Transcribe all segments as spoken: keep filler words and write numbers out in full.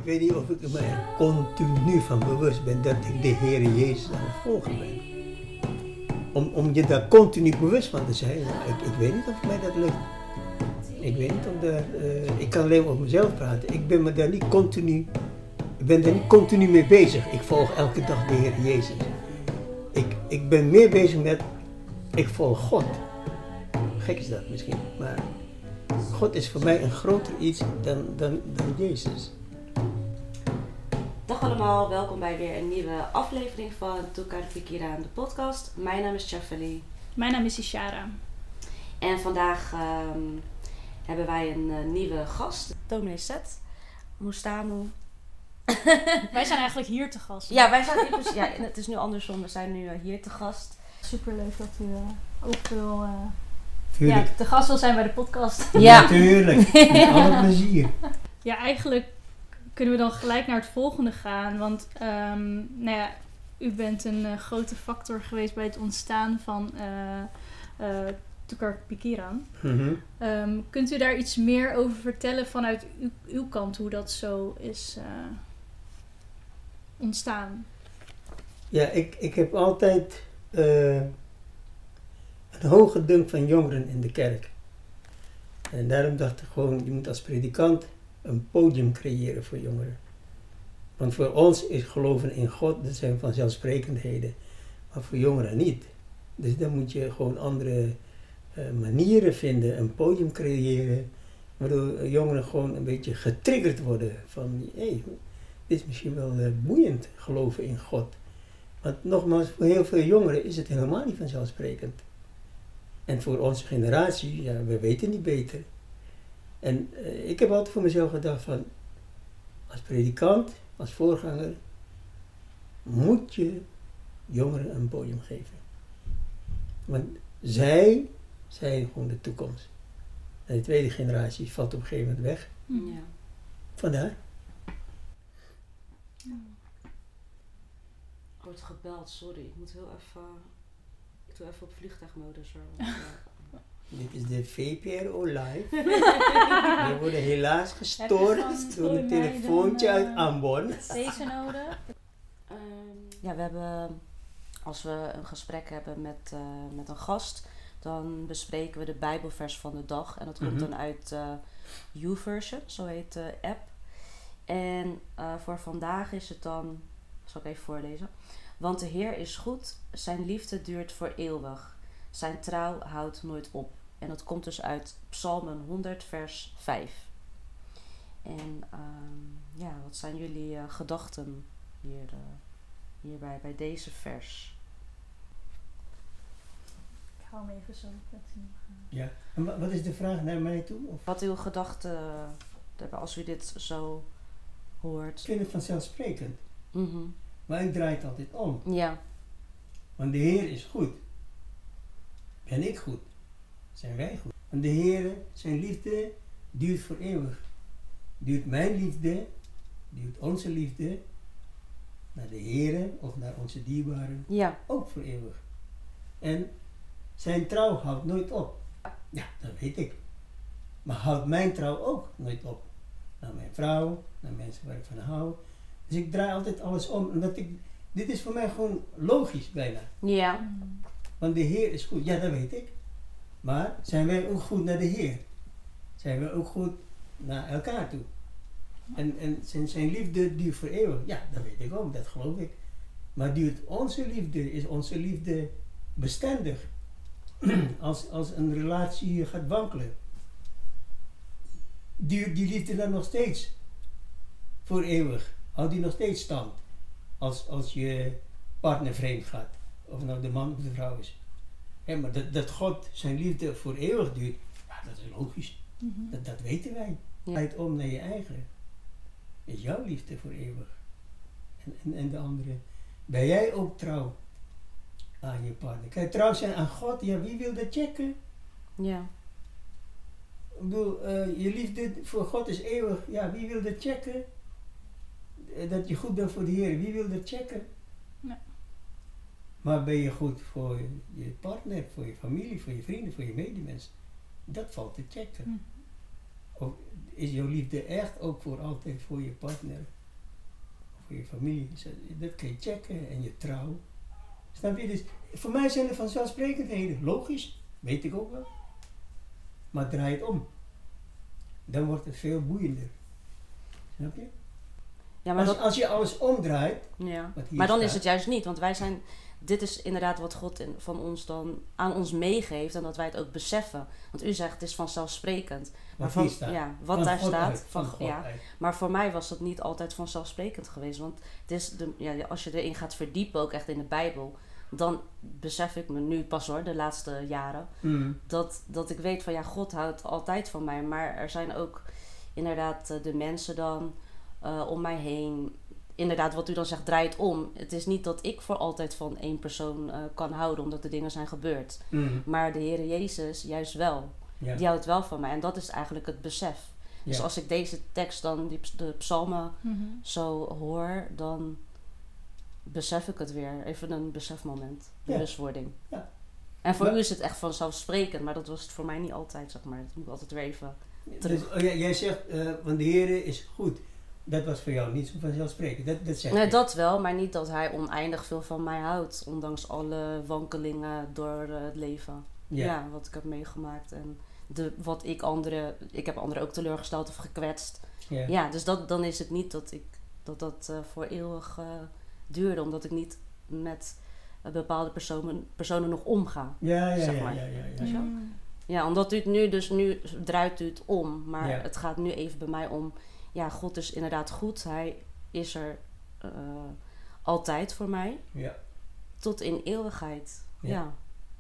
ik weet niet of ik me er continu van bewust ben dat ik de Heer Jezus aan het volgen ben. Om, om je daar continu bewust van te zijn, nou, ik, ik weet niet of mij dat lukt. Ik weet niet of dat, uh, ik kan alleen over mezelf praten. Ik ben me daar niet continu, ik ben daar niet continu mee bezig. Ik volg elke dag de Heer Jezus. Ik, ik ben meer bezig met, ik volg God. Gek is dat misschien, maar God is voor mij een groter iets dan, dan, dan Jezus. Dag allemaal, welkom bij weer een nieuwe aflevering van Tukar Pikiran, de podcast. Mijn naam is Chafali. Mijn naam is Ishara. En vandaag um, hebben wij een uh, nieuwe gast, dominee Seth Mustamu. Wij zijn eigenlijk hier te gast. Ja, wij zijn hier, ja, het is nu andersom, we zijn nu uh, hier te gast. Superleuk dat u uh, ook wil, uh, Ja, te gast wil zijn bij de podcast. Ja, natuurlijk. Met alle plezier. Ja, eigenlijk kunnen we dan gelijk naar het volgende gaan. Want um, nou ja, u bent een uh, grote factor geweest bij het ontstaan van uh, uh, Tukar Pikiran. Mm-hmm. Um, kunt u daar iets meer over vertellen vanuit uw, uw kant, hoe dat zo is uh, ontstaan? Ja, ik, ik heb altijd uh, een hoge dunk van jongeren in de kerk. En daarom dacht ik gewoon, je moet als predikant een podium creëren voor jongeren. Want voor ons is geloven in God, dat zijn vanzelfsprekendheden. Maar voor jongeren niet. Dus dan moet je gewoon andere uh, manieren vinden, een podium creëren. Waardoor jongeren gewoon een beetje getriggerd worden van, hé, hey, dit is misschien wel uh, boeiend, geloven in God. Want nogmaals, voor heel veel jongeren is het helemaal niet vanzelfsprekend. En voor onze generatie, ja, we weten niet beter. En uh, ik heb altijd voor mezelf gedacht van, als predikant, als voorganger, moet je jongeren een podium geven. Want zij zijn gewoon de toekomst. En de tweede generatie valt op een gegeven moment weg. ja. Vandaar. Ik word gebeld, sorry. Ik moet heel even, ik doe even op vliegtuigmodus. Want, uh, Dit is de V P R O live. We worden helaas gestoord door een telefoontje dan, uh, uit Ambon. Deze nodig? um, ja, we hebben, als we een gesprek hebben met, uh, met een gast, dan bespreken we de Bijbelvers van de dag. En dat komt Mm-hmm. dan uit uh, YouVersion, zo heet de app. En uh, voor vandaag is het dan, zal ik even voorlezen. Want de Heer is goed, zijn liefde duurt voor eeuwig. Zijn trouw houdt nooit op. En dat komt dus uit Psalmen honderd vers vijf. En um, ja, wat zijn jullie uh, gedachten hier, uh, hierbij, bij deze vers? Ik hou hem even zo. Ja. En wa- wat is de vraag naar mij toe? Of? Wat uw gedachten hebben als u dit zo hoort? Ik vind het vanzelfsprekend. Mm-hmm. Maar ik draai het altijd om. Ja. Want de Heer is goed. Ben ik goed? Zijn wij goed? Want de Heer, zijn liefde duurt voor eeuwig. Duurt mijn liefde, duurt onze liefde naar de Heer of naar onze dierbaren Ja. ook voor eeuwig. En zijn trouw houdt nooit op. Ja, dat weet ik. Maar houdt mijn trouw ook nooit op. Naar mijn vrouw, naar mensen waar ik van hou. Dus ik draai altijd alles om. Omdat ik, dit is voor mij gewoon logisch bijna. Ja. Want de Heer is goed. Ja, dat weet ik. Maar zijn wij ook goed naar de Heer? Zijn wij ook goed naar elkaar toe? En, en zijn, zijn liefde duurt voor eeuwig? Ja, dat weet ik ook. Dat geloof ik. Maar duurt onze liefde, is onze liefde bestendig? als, als een relatie gaat wankelen. Duurt die liefde dan nog steeds voor eeuwig? Houdt die nog steeds stand? Als, als je partner vreemd gaat. Of nou de man of de vrouw is. Ja, maar dat, dat God zijn liefde voor eeuwig duurt, ja, dat is logisch. Mm-hmm. Dat, dat weten wij. Ja. Draait om naar je eigen. Is jouw liefde voor eeuwig. En, en, en de andere. Ben jij ook trouw aan je partner? Kan je trouw zijn aan God? Ja, wie wil dat checken? Ja. Ik bedoel, uh, je liefde voor God is eeuwig. Ja, wie wil dat checken? Uh, dat je goed bent voor de Heer. Wie wil dat checken? Ja. Maar ben je goed voor je partner, voor je familie, voor je vrienden, voor je medemens? Dat valt te checken. Hm. Of is jouw liefde echt ook voor altijd voor je partner? Of voor je familie? Dat kun je checken en je trouw. Snap je? Dus voor mij zijn er vanzelfsprekendheden. Logisch, weet ik ook wel. Maar draai het om. Dan wordt het veel boeiender. Snap je? Ja, maar, als, dat, als je alles omdraait. ja. Wat hier maar dan staat, is het juist niet. Want wij zijn... Dit is inderdaad wat God in, van ons dan aan ons meegeeft. En dat wij het ook beseffen. Want u zegt het is vanzelfsprekend. Maar wat van, hier staat. ja, wat Van daar God staat. uit, Van, van God ja. uit. Maar voor mij was dat niet altijd vanzelfsprekend geweest. Want het is de, ja, als je erin gaat verdiepen, ook echt in de Bijbel. Dan besef ik me nu pas hoor, de laatste jaren. Mm. Dat, dat ik weet van ja, God houdt altijd van mij. Maar er zijn ook inderdaad uh, de mensen dan uh, om mij heen. Inderdaad, wat u dan zegt, draait om. Het is niet dat ik voor altijd van één persoon uh, kan houden, omdat er dingen zijn gebeurd. Mm. Maar de Heere Jezus juist wel. Ja. Die houdt wel van mij. En dat is eigenlijk het besef. Ja. Dus als ik deze tekst dan, die, de psalmen, Mm-hmm. zo hoor, dan besef ik het weer. Even een besefmoment. Ja. Bewustwording. Ja. En voor Maar- u is het echt vanzelfsprekend, maar dat was het voor mij niet altijd, zeg maar. Dat moet ik altijd weer even... Dus, oh, jij, jij zegt, uh, want de Heer is goed. Dat was voor jou niet zo vanzelfsprekend. Dat, dat zeg Nee, je. dat wel, maar niet dat hij oneindig veel van mij houdt. Ondanks alle wankelingen door uh, het leven. Ja. Ja. wat ik heb meegemaakt. En de, wat ik anderen... Ik heb anderen ook teleurgesteld of gekwetst. Ja. Ja, dus dat, dan is het niet dat ik, dat, dat uh, voor eeuwig uh, duurde. Omdat ik niet met uh, bepaalde personen, personen nog omga. Ja, ja, Zeg ja, maar. ja, ja, ja. Weet je wel? Mm. Ja, omdat u het nu dus... Nu draait u het om. Maar Ja. het gaat nu even bij mij om... Ja, God is inderdaad goed. Hij is er uh, altijd voor mij. Ja. Tot in eeuwigheid. Ja. Ja.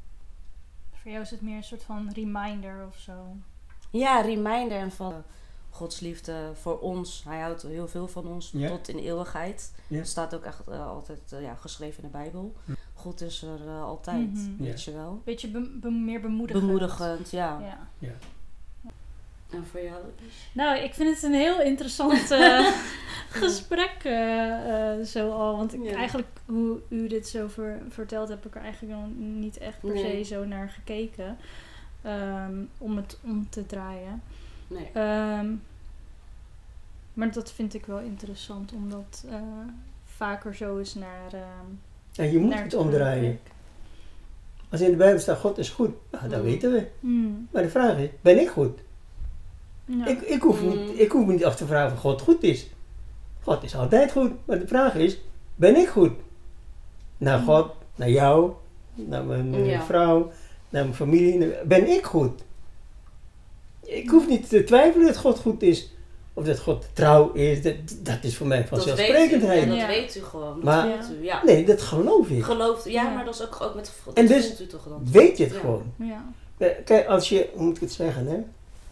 Voor jou is het meer een soort van reminder of zo. Ja, reminder en van uh, Gods liefde voor ons. Hij houdt heel veel van ons Ja. tot in eeuwigheid. Ja. Het staat ook echt uh, altijd uh, ja, geschreven in de Bijbel. Hm. God is er uh, altijd, Mhm. weet Ja. je wel. Beetje be- be- meer bemoedigend. Bemoedigend, ja. Ja. Ja. En voor jou? Nou, ik vind het een heel interessant uh, gesprek uh, uh, zo al. Want ik, Ja. eigenlijk, hoe u dit zo ver, vertelt, heb ik er eigenlijk nog niet echt per Nee. se zo naar gekeken. Um, om het om te draaien. Nee. Um, maar dat vind ik wel interessant, omdat uh, vaker zo is naar... Um, En je moet naar het omdraaien. gesprek. Als in de Bijbel staat God is goed, nou, dat Mm. weten we. Hmm. Maar de vraag is, ben ik goed? Ja. Ik, ik, hoef Mm. niet, ik hoef me niet af te vragen of God goed is. God is altijd goed. Maar de vraag is, ben ik goed? Naar Mm. God, naar jou, naar mijn eh, Ja. vrouw, naar mijn familie. naar- Ben ik goed? Ik hoef niet te twijfelen dat God goed is. Of dat God trouw is. Dat, dat is voor mij Dat weet u. vanzelfsprekendheid. En dat Ja. weet u gewoon. Maar- dat weet u, ja. Nee, dat geloof ik. Gelooft u. Ja, Ja. maar dat is ook, ook met... Dat En dus voelt u toch dan? Weet je het Ja. gewoon. Ja. Eh, Kijk, als je, hoe moet ik het zeggen, hè?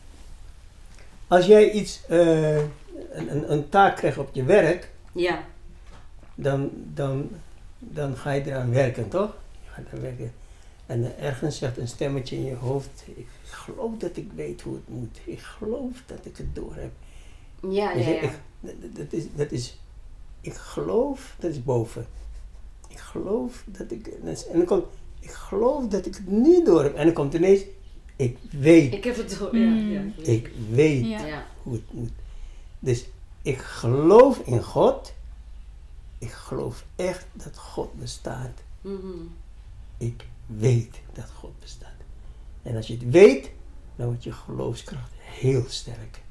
Als jij iets, eh, een, een, een taak krijgt op je werk, Ja. dan, dan, dan ga je eraan werken, toch? Je gaat eraan werken. En eh, ergens zegt een stemmetje in je hoofd, ik geloof dat ik weet hoe het moet. Ik geloof dat ik het door heb. Ja, Weet ja, je, ja. ik, dat, dat, is, dat is, ik geloof, dat is boven. Ik geloof dat ik, en dan komt, ik geloof dat ik het nu door heb. En dan komt ineens, ik weet, Ik heb het door. Mm. Ja, ja. ik weet. Ja. Ja. hoe het moet. Dus ik geloof in God. Ik geloof echt dat God bestaat. Mhm. Ik weet dat God bestaat. En als je het weet, dan wordt je geloofskracht heel sterk.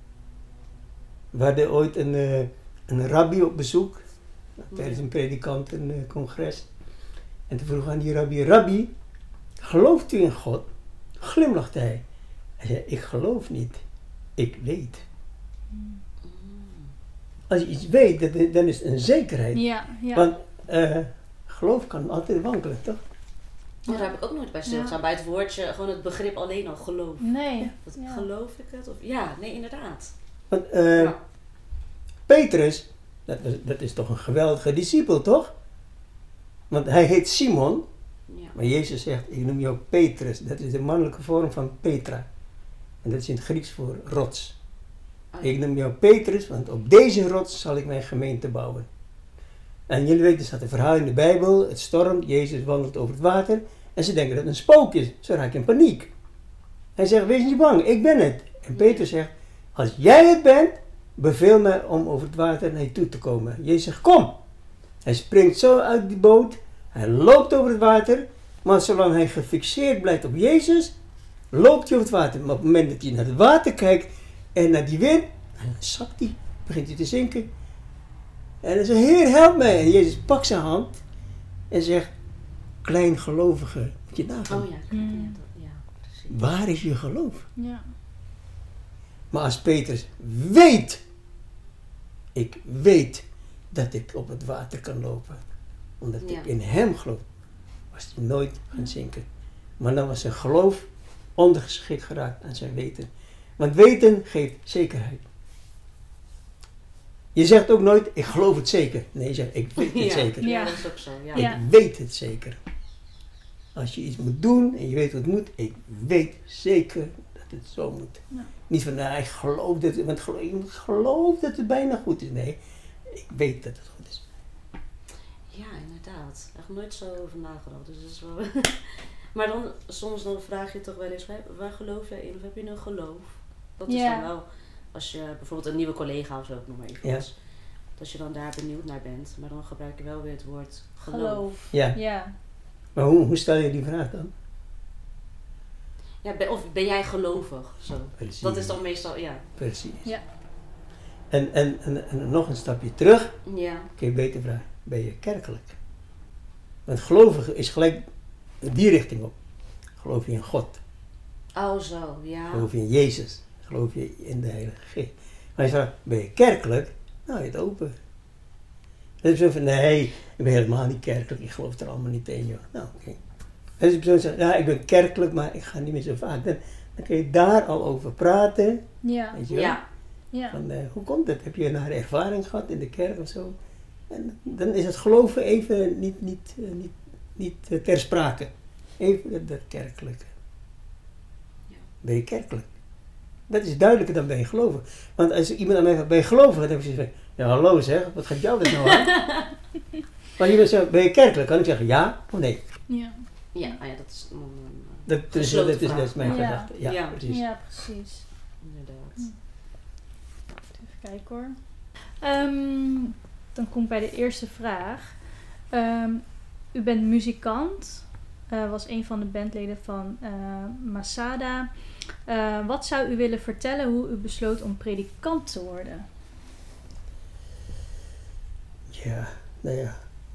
We hadden ooit een, uh, een rabbi op bezoek. Tijdens een predikantencongres. En toen vroeg aan die rabbi, rabbi, gelooft u in God? Glimlachte hij. Hij zei, ik geloof niet. Ik weet. Als je iets weet, dat- dan is het een zekerheid. Ja, ja. Want uh, geloof kan altijd wankelen, toch? Ja, daar heb ik ook nooit bij stilgestaan. Ja. Bij het woordje, gewoon het begrip alleen al geloof. Nee. Wat, Ja. Geloof ik het? Of, ja, nee, inderdaad. Want uh, Ja. Petrus, dat, was- dat is toch een geweldige discipel, toch? Want hij heet Simon, Ja. maar Jezus zegt, ik noem jou Petrus. Dat is de mannelijke vorm van Petra. En dat is in het Grieks voor rots. Oh, ja. Ik noem jou Petrus, want op deze rots zal ik mijn gemeente bouwen. En jullie weten, er staat een verhaal in de Bijbel, het stormt, Jezus wandelt over het water. En ze denken dat het een spook is. Ze raken in paniek. Hij zegt, wees niet bang, ik ben het. En Petrus zegt, als jij het bent, beveel mij om over het water naar je toe te komen. Jezus zegt, kom. Hij springt zo uit die boot, hij loopt over het water, maar zolang hij gefixeerd blijft op Jezus, loopt hij over het water. Maar op het moment dat hij naar het water kijkt en naar die wind, dan zakt hij, begint hij te zinken. En hij zegt, Heer, help mij. En Jezus pakt zijn hand en zegt, kleingelovige, moet je nagaan. Oh ja, Mm. ja, dat- ja, precies. Waar is je geloof? Ja. Maar als Petrus weet, ik weet dat ik op het water kan lopen, omdat Ja. ik in hem geloof, was hij nooit gaan zinken. Maar dan was zijn geloof ondergeschikt geraakt aan zijn weten. Want weten geeft zekerheid. Je zegt ook nooit, ik geloof het zeker. Nee, je zegt, ik weet het Ja, zeker. ja, Ja. dat is ook zo. Ja. Ja. Ik weet het zeker. Als je iets moet doen en je weet wat het moet, ik weet zeker dat het zo moet. Ja. Niet van, nou, ik geloof dat het, want geloof, ik geloof dat het bijna goed is. Nee, ik weet dat het goed is. Ja, inderdaad. Echt nooit zo over nagedacht. Dus dat is wel... maar dan, soms dan vraag je toch wel eens, waar, waar geloof jij in? Of heb je een geloof? Dat is Ja. dan wel, als je bijvoorbeeld een nieuwe collega of zo, ik noem maar even Ja. wat, als je dan daar benieuwd naar bent. Maar dan gebruik je wel weer het woord geloof. Geloof. Ja, Ja. maar hoe, hoe stel je die vraag dan? Ja, ben, of ben jij gelovig? Zo. Precies. Dat is dan meestal, ja. Precies. Ja. En, en, en, en nog een stapje terug, Ja. kun je beter vragen, ben je kerkelijk? Want gelovige is gelijk die richting op. Geloof je in God? Oh zo, ja. Geloof je in Jezus? Geloof je in de Heilige Geest? Maar je vraagt, ben je kerkelijk? Nou, je het open. Dan is zo van, nee, ik ben helemaal niet kerkelijk, ik geloof er allemaal niet in, joh. Nou, oké. Okay. En als je persoon zegt, ja, ik ben kerkelijk, maar ik ga niet meer zo vaak. Dan, dan kun je daar al over praten, Ja. weet je wel. Ja. Ja. Van, uh, hoe komt het? Heb je een nare ervaring gehad in de kerk of zo? En dan is het geloven even niet, niet, uh, niet, niet uh, ter sprake. Even dat, dat kerkelijke. Ja. Ben je kerkelijk? Dat is duidelijker dan ben je gelovig. Want als iemand aan mij vraagt, ben je gelovig? Dan heb ik zoiets van, ja hallo zeg, wat gaat jou dat nou aan? Maar iemand zegt, ben je kerkelijk? Kan ik zeggen ja of nee? Ja. Ja, ah ja, dat is... mm, Dat, is, Gesloten dat, is, dat is vraag. mijn Ja. gedachte. Ja, Ja. precies. Ja, precies. inderdaad. Even kijken hoor. Ehm, dan kom ik bij de eerste vraag. Ehm, u bent muzikant. Uh, was een van de bandleden van uh, Masada. Uh, wat zou u willen vertellen hoe u besloot om predikant te worden? Ja, nou ja.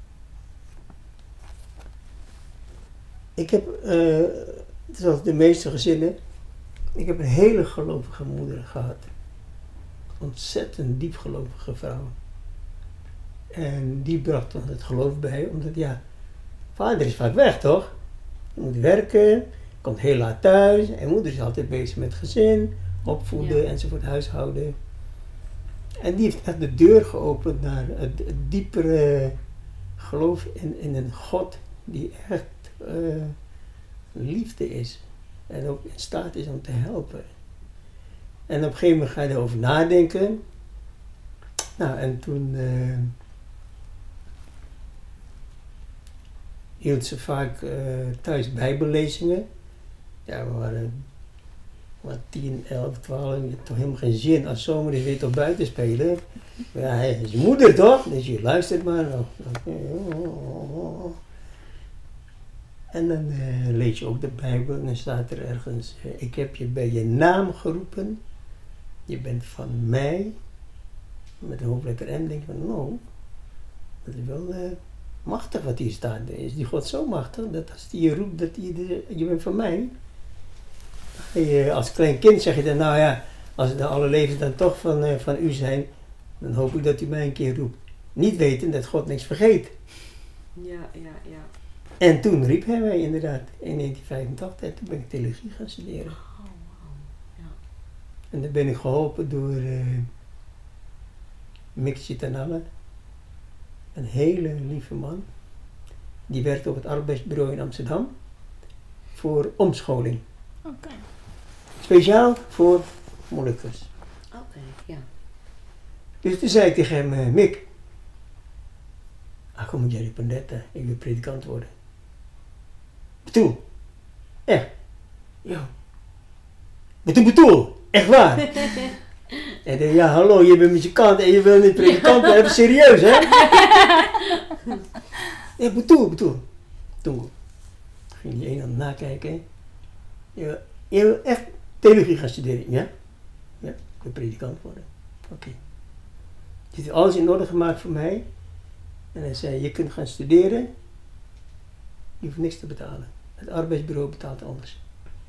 Ik heb, uh, zoals de meeste gezinnen, ik heb een hele gelovige moeder gehad. Ontzettend diep gelovige vrouw. En die bracht dan het geloof bij, omdat ja, vader is vaak weg toch? Je moet werken, komt heel laat thuis en moeder is altijd bezig met gezin, opvoeden Ja. enzovoort, huishouden. En die heeft echt de deur geopend naar het, het diepere geloof in, in een God die echt uh, liefde is. En ook in staat is om te helpen. En op een gegeven moment ga je erover nadenken. Nou, en toen uh, hield ze vaak uh, thuis bijbellezingen. Ja, we waren maar tien, elf, twaalf, je hebt toch helemaal geen zin als zomer is weer toch buiten spelen. Maar ja, hij is je moeder toch? Dus je luistert maar. En dan uh, lees je ook de Bijbel en dan staat er ergens, uh, ik heb je bij je naam geroepen, je bent van mij, met een hoofdletter M, denk je van, nou, dat is wel uh, machtig wat hier staat. Is die God zo machtig, dat als die je roept, dat hij de, je bent van mij. Je, als klein kind zeg je dan, nou ja, als de alle levens dan toch van, uh, van u zijn, dan hoop ik dat u mij een keer roept. Niet weten dat God niks vergeet. Ja, ja, ja. En toen riep hij mij inderdaad in negentien vijfentachtig en toen ben ik theologie gaan studeren. Oh, wow. Ja. En dan ben ik geholpen door uh, Mick Chitanale, een hele lieve man. Die werkte op het arbeidsbureau in Amsterdam voor omscholing. Oké. Okay. Speciaal voor Molukkers. Oké, okay, ja. Dus toen zei ik tegen hem, uh, Mick, ah, kom met Jerry Pandetta, ik wil predikant worden. Bedoel, echt? Ja. Bedoel, bedoel, echt waar. En dan, ja, hallo, je bent met je kant en je wil niet predikant worden. Even serieus, hè? Ja, bedoel, bedoel. Toen ging die een aan het nakijken. Je, je wil echt theologie gaan studeren, ja? Ja, ik wil predikant worden. Oké. Okay. Je heeft alles in orde gemaakt voor mij. En hij zei, je kunt gaan studeren. Je hoeft niks te betalen. Het arbeidsbureau betaalt alles.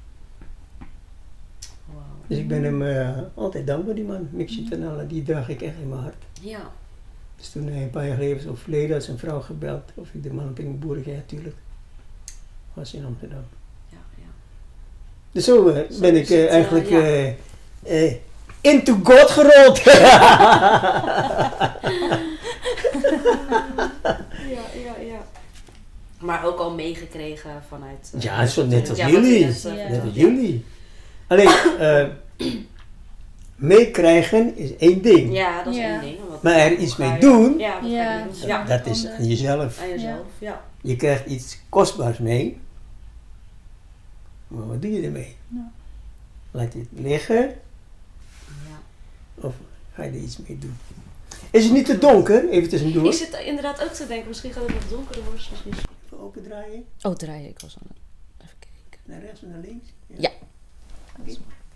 Wow. Dus ik ben hem uh, altijd dankbaar, die man. Mixie Tenalla, die draag ik echt in mijn hart. Ja. Dus toen hij een paar jaar geleden was overleden, had zijn vrouw gebeld. Of ik de man op in Boerig, ja, natuurlijk. Was in Amsterdam. Ja, ja. Dus zo, uh, zo ben ik uh, het, eigenlijk uh, ja. uh, uh, into God gerold. ja, ja, ja. Maar ook al meegekregen vanuit... Uh, ja, zo net als ja, jullie. Net, uh, net als ja. jullie. Alleen, uh, meekrijgen is één ding. Ja, dat is Ja. één ding. Wat Maar er iets mee doen, Ja, wat Ja. ga je doen? Ja, dat is aan jezelf. aan jezelf. Ja. Je krijgt iets kostbaars mee. Maar wat doe je ermee? Ja. Laat je het liggen ja. of ga je er iets mee doen? Is het niet te donker? Even tussendoor. Ik zit inderdaad ook te denken, misschien gaat het nog donkerder worden. Misschien... Even open draaien. Oh, draaien. Ik was aan het... Even kijken. Naar rechts en naar links? Ja. Oké.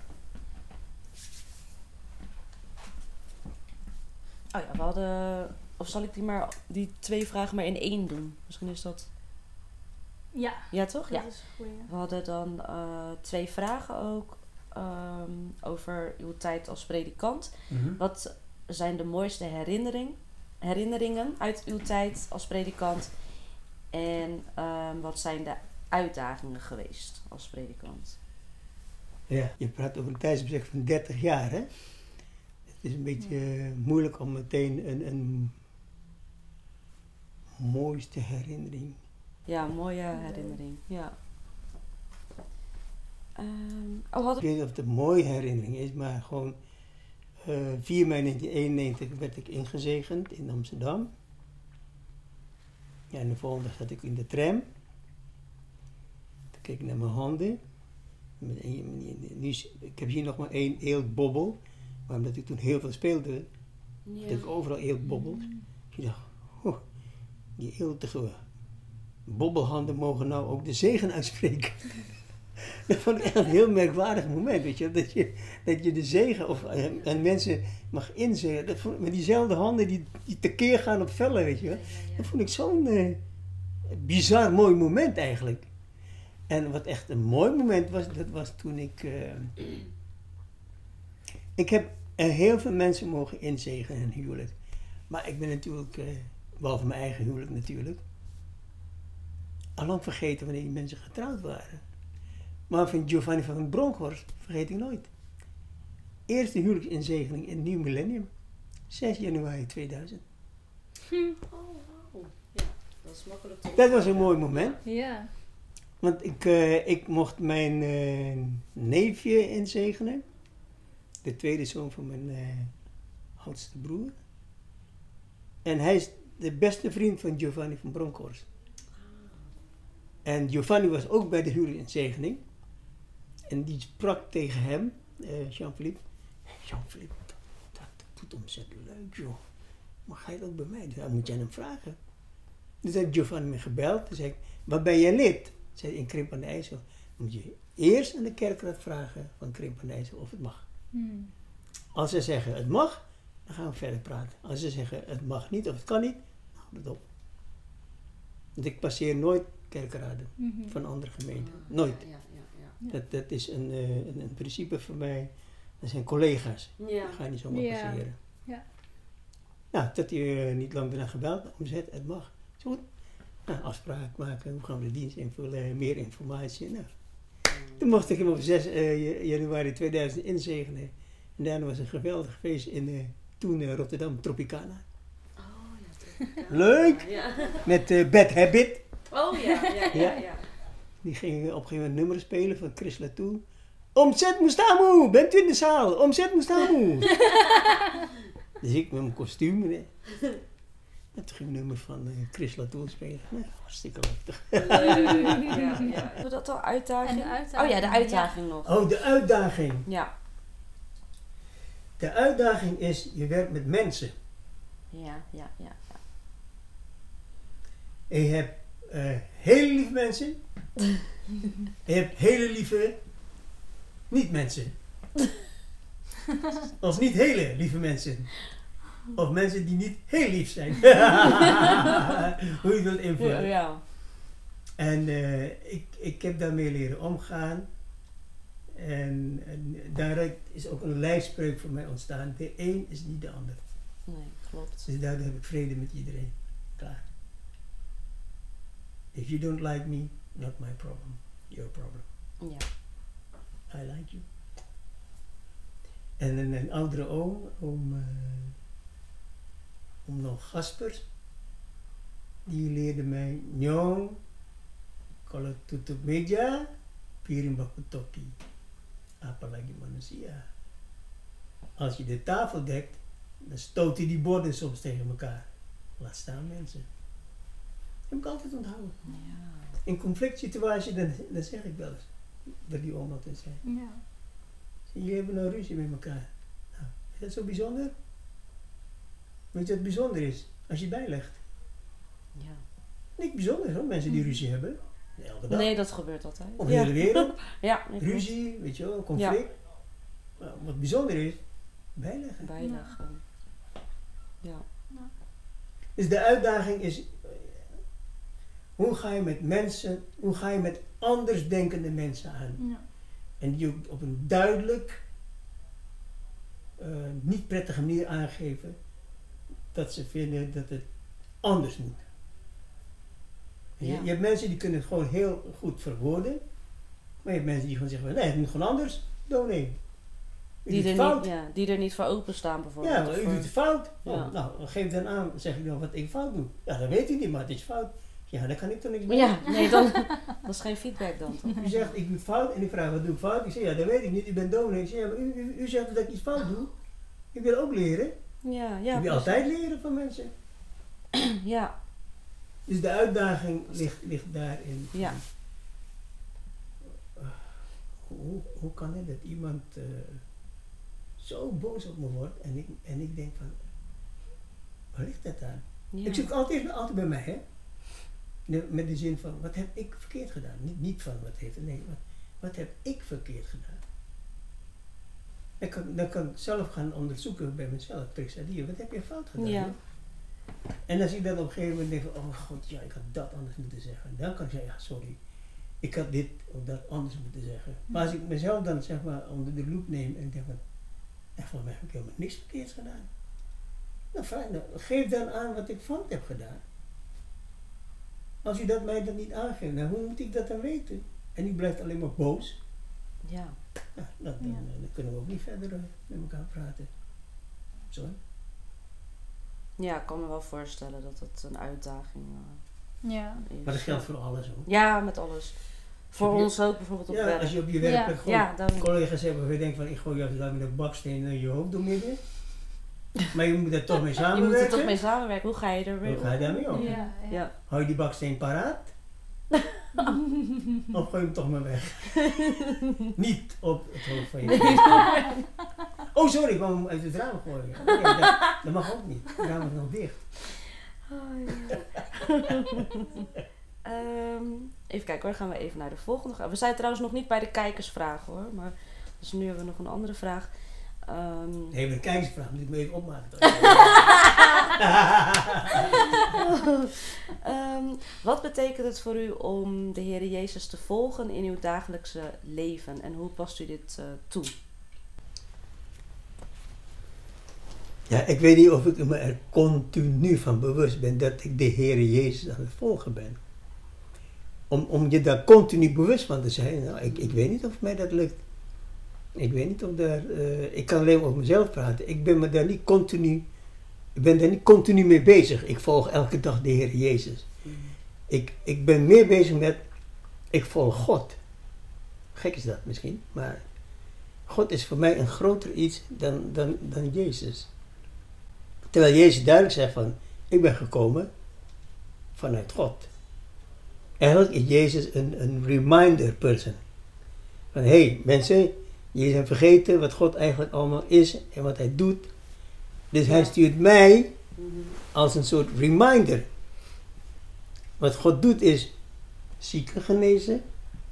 Oh ja, we hadden... Of zal ik die maar die twee vragen maar in één doen? Misschien is dat... Ja, Ja, toch? dat Ja. is een goeie. We hadden dan uh, twee vragen ook um, over uw tijd als predikant. Mhm. Wat zijn de mooiste herinnering, herinneringen uit uw tijd als predikant? En um, wat zijn de uitdagingen geweest als predikant? Ja, je praat over een tijdsbestek van dertig jaar, hè? Het is een beetje uh, moeilijk om meteen een, een mooiste herinnering. Ja, een mooie herinnering. Ja. Um, oh, had Ik ik... weet niet of het een mooie herinnering is, maar gewoon uh, vier mei negentien eenennegentig werd ik ingezegend in Amsterdam. Ja, en de volgende dag zat ik in de tram. Toen keek ik naar mijn handen. Met een, nu, ik heb hier nog maar één eeltbobbel, maar omdat ik toen heel veel speelde, Ja. had ik overal eeltbobbels. Ik dacht, oh, die eeltige bobbelhanden mogen nou ook de zegen uitspreken. Dat vond ik echt een heel merkwaardig moment, weet je, dat je, dat je de zegen of en, en mensen mag inzeggen. Dat vond, met diezelfde handen die, die tekeer gaan op vellen, weet je wel. Dat vond ik zo'n uh, bizar mooi moment eigenlijk. En wat echt een mooi moment was, dat was toen ik... Uh, ik heb uh, heel veel mensen mogen inzegenen in een huwelijk. Maar ik ben natuurlijk, uh, behalve mijn eigen huwelijk natuurlijk, allang vergeten wanneer die mensen getrouwd waren. Maar van Giovanni van Bronckhorst vergeet ik nooit. Eerste huwelijksinzegening in het nieuw millennium. zes januari tweeduizend. Hm. Oh, wow. Ja, dat is makkelijk te Dat was een mooi moment. Ja. Want ik, uh, ik mocht mijn uh, neefje inzegenen. De tweede zoon van mijn uh, oudste broer. En hij is de beste vriend van Giovanni van Bronckhorst. En Giovanni was ook bij de huwelijksinzegening. En die sprak tegen hem, uh, Jean-Philippe. Jean-Philippe, dat, dat doet ontzettend leuk, joh. Maar ga je dat ook bij mij? Dan moet jij hem vragen. Dus heeft Giovanni me gebeld. Toen zei ik, waar ben jij lid? Zei in Krimp aan de IJssel. Dan moet je eerst aan de kerkraad vragen van Krimp aan de IJssel of het mag. Hmm. Als ze zeggen het mag, dan gaan we verder praten. Als ze zeggen het mag niet of het kan niet, dan houdt het op. Want ik passeer nooit kerkraden Mhm. van andere gemeenten. Nooit. Ja, ja, ja. Ja. Dat, dat is een, uh, een, een principe voor mij. Dat zijn collega's. Ja. Dat ga je niet zomaar Ja. passeren. Ja. Nou, dat hij uh, niet lang daarna gebeld. Omzet, het mag. Zo goed. Nou, afspraak maken. Hoe gaan we de dienst invullen? Meer informatie. Nou. Toen mocht ik hem op zes uh, januari tweeduizend inzegenen. En daarna was een geweldig feest in uh, toen uh, Rotterdam Tropicana. Oh, ja, toch. Leuk! Ja. Met uh, Bad Habit. Oh, ja, ja, ja, ja. Die ging op een gegeven moment nummers spelen van Chris Latour. Omzet Mustamu, bent u in de zaal? Omzet Mustamu. Dus ik met mijn kostuum. Nee. En toen ging een nummer van uh, Chris Latour spelen. Nou, hartstikke leuk. Leuk, ja, ja. Hebben we dat al uitdaging? En de uitdaging, Oh ja, de uitdaging nog. Oh, de uitdaging. Ja. De uitdaging is, je werkt met mensen. Ja, ja, ja. ja. En je hebt uh, hele lieve mensen. En je hebt hele lieve niet-mensen. Of niet hele lieve mensen. Of mensen die niet heel lief zijn. Hoe je wilt invullen. Ja, ja. En uh, ik, ik heb daarmee leren omgaan. En, en daaruit is ook een lijfspreuk voor mij ontstaan. De een is niet de ander. Nee, klopt. Dus daardoor heb ik vrede met iedereen. Klaar. If you don't like me, not my problem. Your problem. Ja. I like you. En een, een oudere oom, oom, uh, oom nog Gaspers, die leerde mij, Nyong, kalau tutup meja, piring bakutoki, apalagi manusia. Als je de tafel dekt, dan stoot hij die borden soms tegen elkaar. Laat staan mensen. Dat heb ik altijd onthouden. Ja. In conflict situatie, dan, dan zeg ik wel eens, dat die oom altijd zei. Ja. Jullie hebben nou ruzie met elkaar. Nou, is dat zo bijzonder? Weet je wat bijzonder is? Als je bijlegt. Ja. Niet bijzonder hoor, mensen die ruzie hebben. Elke dag. Nee, dat gebeurt altijd. Op de Ja. hele wereld. Ja, nee, klopt. Ruzie, weet je wel, conflict. Nou, wat bijzonder is, bijleggen. Bijleggen. Ja. Dus de uitdaging is, hoe ga je met mensen, hoe ga je met andersdenkende mensen aan? Ja. En die ook op een duidelijk, uh, niet prettige manier aangeven dat ze vinden dat het anders moet. Je, Ja. je hebt mensen die kunnen het gewoon heel goed verwoorden, maar je hebt mensen die gewoon zeggen, nee, het moet gewoon anders. No, nee. U Die doet er, fout. niet, ja, die er niet voor openstaan bijvoorbeeld. Ja, of u voor- doet het fout. Ja. Oh, nou, geef dan aan, zeg ik dan wat ik fout doe. Ja, dat weet u niet, maar het is fout. Ja, dan kan ik toch niks Maar doen. ja, nee, dan, dat is geen feedback dan toch? U zegt, ik doe het fout en ik vraag, wat doe ik fout? Ik zeg, ja, dat weet ik niet, u bent dominee. Ik zeg, ja, maar u, u, u zegt dat ik iets fout doe. Ik wil ook leren. Ja, Ik ja. wil precies. altijd leren van mensen. Ja, Dus de uitdaging ligt, ligt daarin. Ja. Uh, hoe, hoe kan het dat iemand uh, zo boos op me wordt en ik, en ik denk van, waar ligt dat aan? ja. Ik zoek altijd, altijd bij mij, hè. Ne- Met de zin van, wat heb ik verkeerd gedaan? Niet, niet van wat heeft, nee, wat, wat heb ik verkeerd gedaan? Dan kan, dan kan ik zelf gaan onderzoeken bij mezelf, Trixadie, wat heb je fout gedaan? Ja. joh? En als ik dan op een gegeven moment denk van, oh god, ja, ik had dat anders moeten zeggen. Dan kan ik zeggen, ja, sorry, ik had dit of dat anders moeten zeggen. Maar als ik mezelf dan, zeg maar, onder de loep neem en ik denk van, echt, voor mij heb ik helemaal niks verkeerds gedaan. Nou, fijn, nou, geef dan aan wat ik fout heb gedaan. Als u dat mij dan niet aangeeft, nou, hoe moet ik dat dan weten? En u blijft alleen maar boos. Ja. Nou, dan, dan, Ja. dan kunnen we ook niet verder uh, met elkaar praten. Zo. Ja, ik kan me wel voorstellen dat het een uitdaging uh, Ja. is. Maar dat geldt voor alles hoor. Ja, met alles. Voor Heb je- ons ook bijvoorbeeld op Ja, werk. als je op je werkplek Ja. gewoon Ja, dan, collega's hebben waar je denkt van, ik gooi jou daar met een baksteen in je hoofd door midden. Maar je moet er toch mee je moet samenwerken. er toch mee samenwerken. Hoe ga je er weer Hoe ga je daarmee om? Ja. Ja. Ja. Hou je die baksteen paraat? Of gooi je hem toch maar weg? Niet op het hoofd van je. Oh sorry, ik wou hem uit het raam gooien. Nee, dat, dat mag ook niet. Het raam is nog dicht. Oh, ja. Ehm, even kijken hoor, gaan we even naar de volgende. We zijn trouwens nog niet bij de kijkersvragen hoor. Maar, dus nu hebben we nog een andere vraag. Ehm, Nee, maar de kijkersvraag moet ik me even opmaken. Ehm, wat betekent het voor u om de Heer Jezus te volgen in uw dagelijkse leven? En hoe past u dit uh, toe? Ja, ik weet niet of ik me er continu van bewust ben dat ik de Heer Jezus aan het volgen ben. Om, om je daar continu bewust van te zijn, nou, ik, ik weet niet of mij dat lukt. Ik weet niet of daar, uh, ik kan alleen maar over mezelf praten. Ik ben me daar niet continu, ik ben daar niet continu mee bezig. Ik volg elke dag de Heer Jezus. Mm. Ik, ik ben meer bezig met, ik volg God. Gek is dat misschien, maar God is voor mij een groter iets dan, dan, dan Jezus. Terwijl Jezus duidelijk zegt van, ik ben gekomen vanuit God. Eigenlijk is Jezus een, een reminder person. Van hé hey, mensen, Jullie zijn vergeten wat God eigenlijk allemaal is en wat hij doet. Dus hij stuurt mij Mm-hmm. als een soort reminder. Wat God doet is zieken genezen,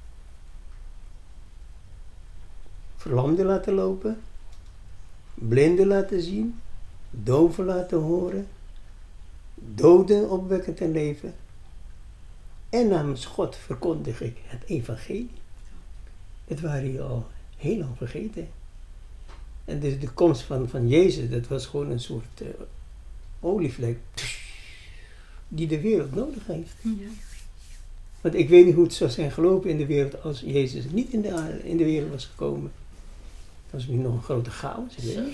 verlamden laten lopen, blinden laten zien, doven laten horen, doden opwekken ten leven. En namens God verkondig ik het evangelie. Het waren jullie al heel lang vergeten. En dus de komst van, van Jezus, dat was gewoon een soort uh, olievlek die de wereld nodig heeft. Ja. Want ik weet niet hoe het zou zijn gelopen in de wereld als Jezus niet in de, in de wereld was gekomen. Dat was misschien nog een grote chaos. Ik weet niet.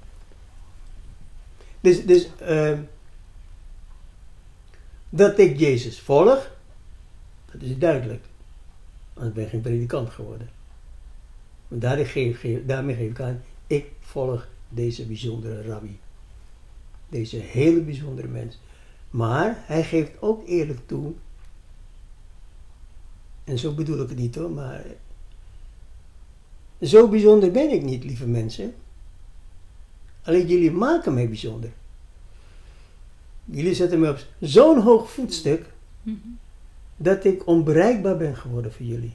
Dus, dus uh, dat ik Jezus volg, dat is duidelijk. Want ik ben geen predikant geworden. Maar daarmee geef, geef, daarmee geef ik aan, ik volg deze bijzondere rabbi. Deze hele bijzondere mens. Maar hij geeft ook eerlijk toe, en zo bedoel ik het niet hoor, maar zo bijzonder ben ik niet, lieve mensen. Alleen jullie maken mij bijzonder. Jullie zetten me op zo'n hoog voetstuk, Mm-hmm. dat ik onbereikbaar ben geworden voor jullie.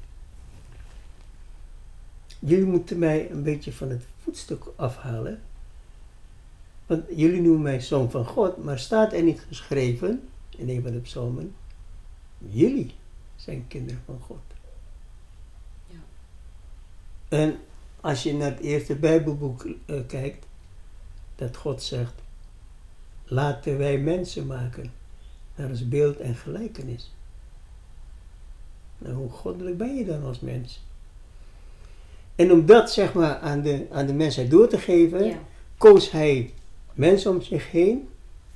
Jullie moeten mij een beetje van het voetstuk afhalen. Want jullie noemen mij zoon van God, maar staat er niet geschreven, in een van de psalmen, jullie zijn kinderen van God. Ja. En als je naar het eerste Bijbelboek uh, kijkt, dat God zegt, laten wij mensen maken naar ons beeld en gelijkenis. Nou, hoe goddelijk ben je dan als mens? En om dat zeg maar aan de, aan de mensheid door te geven, Ja. koos hij mensen om zich heen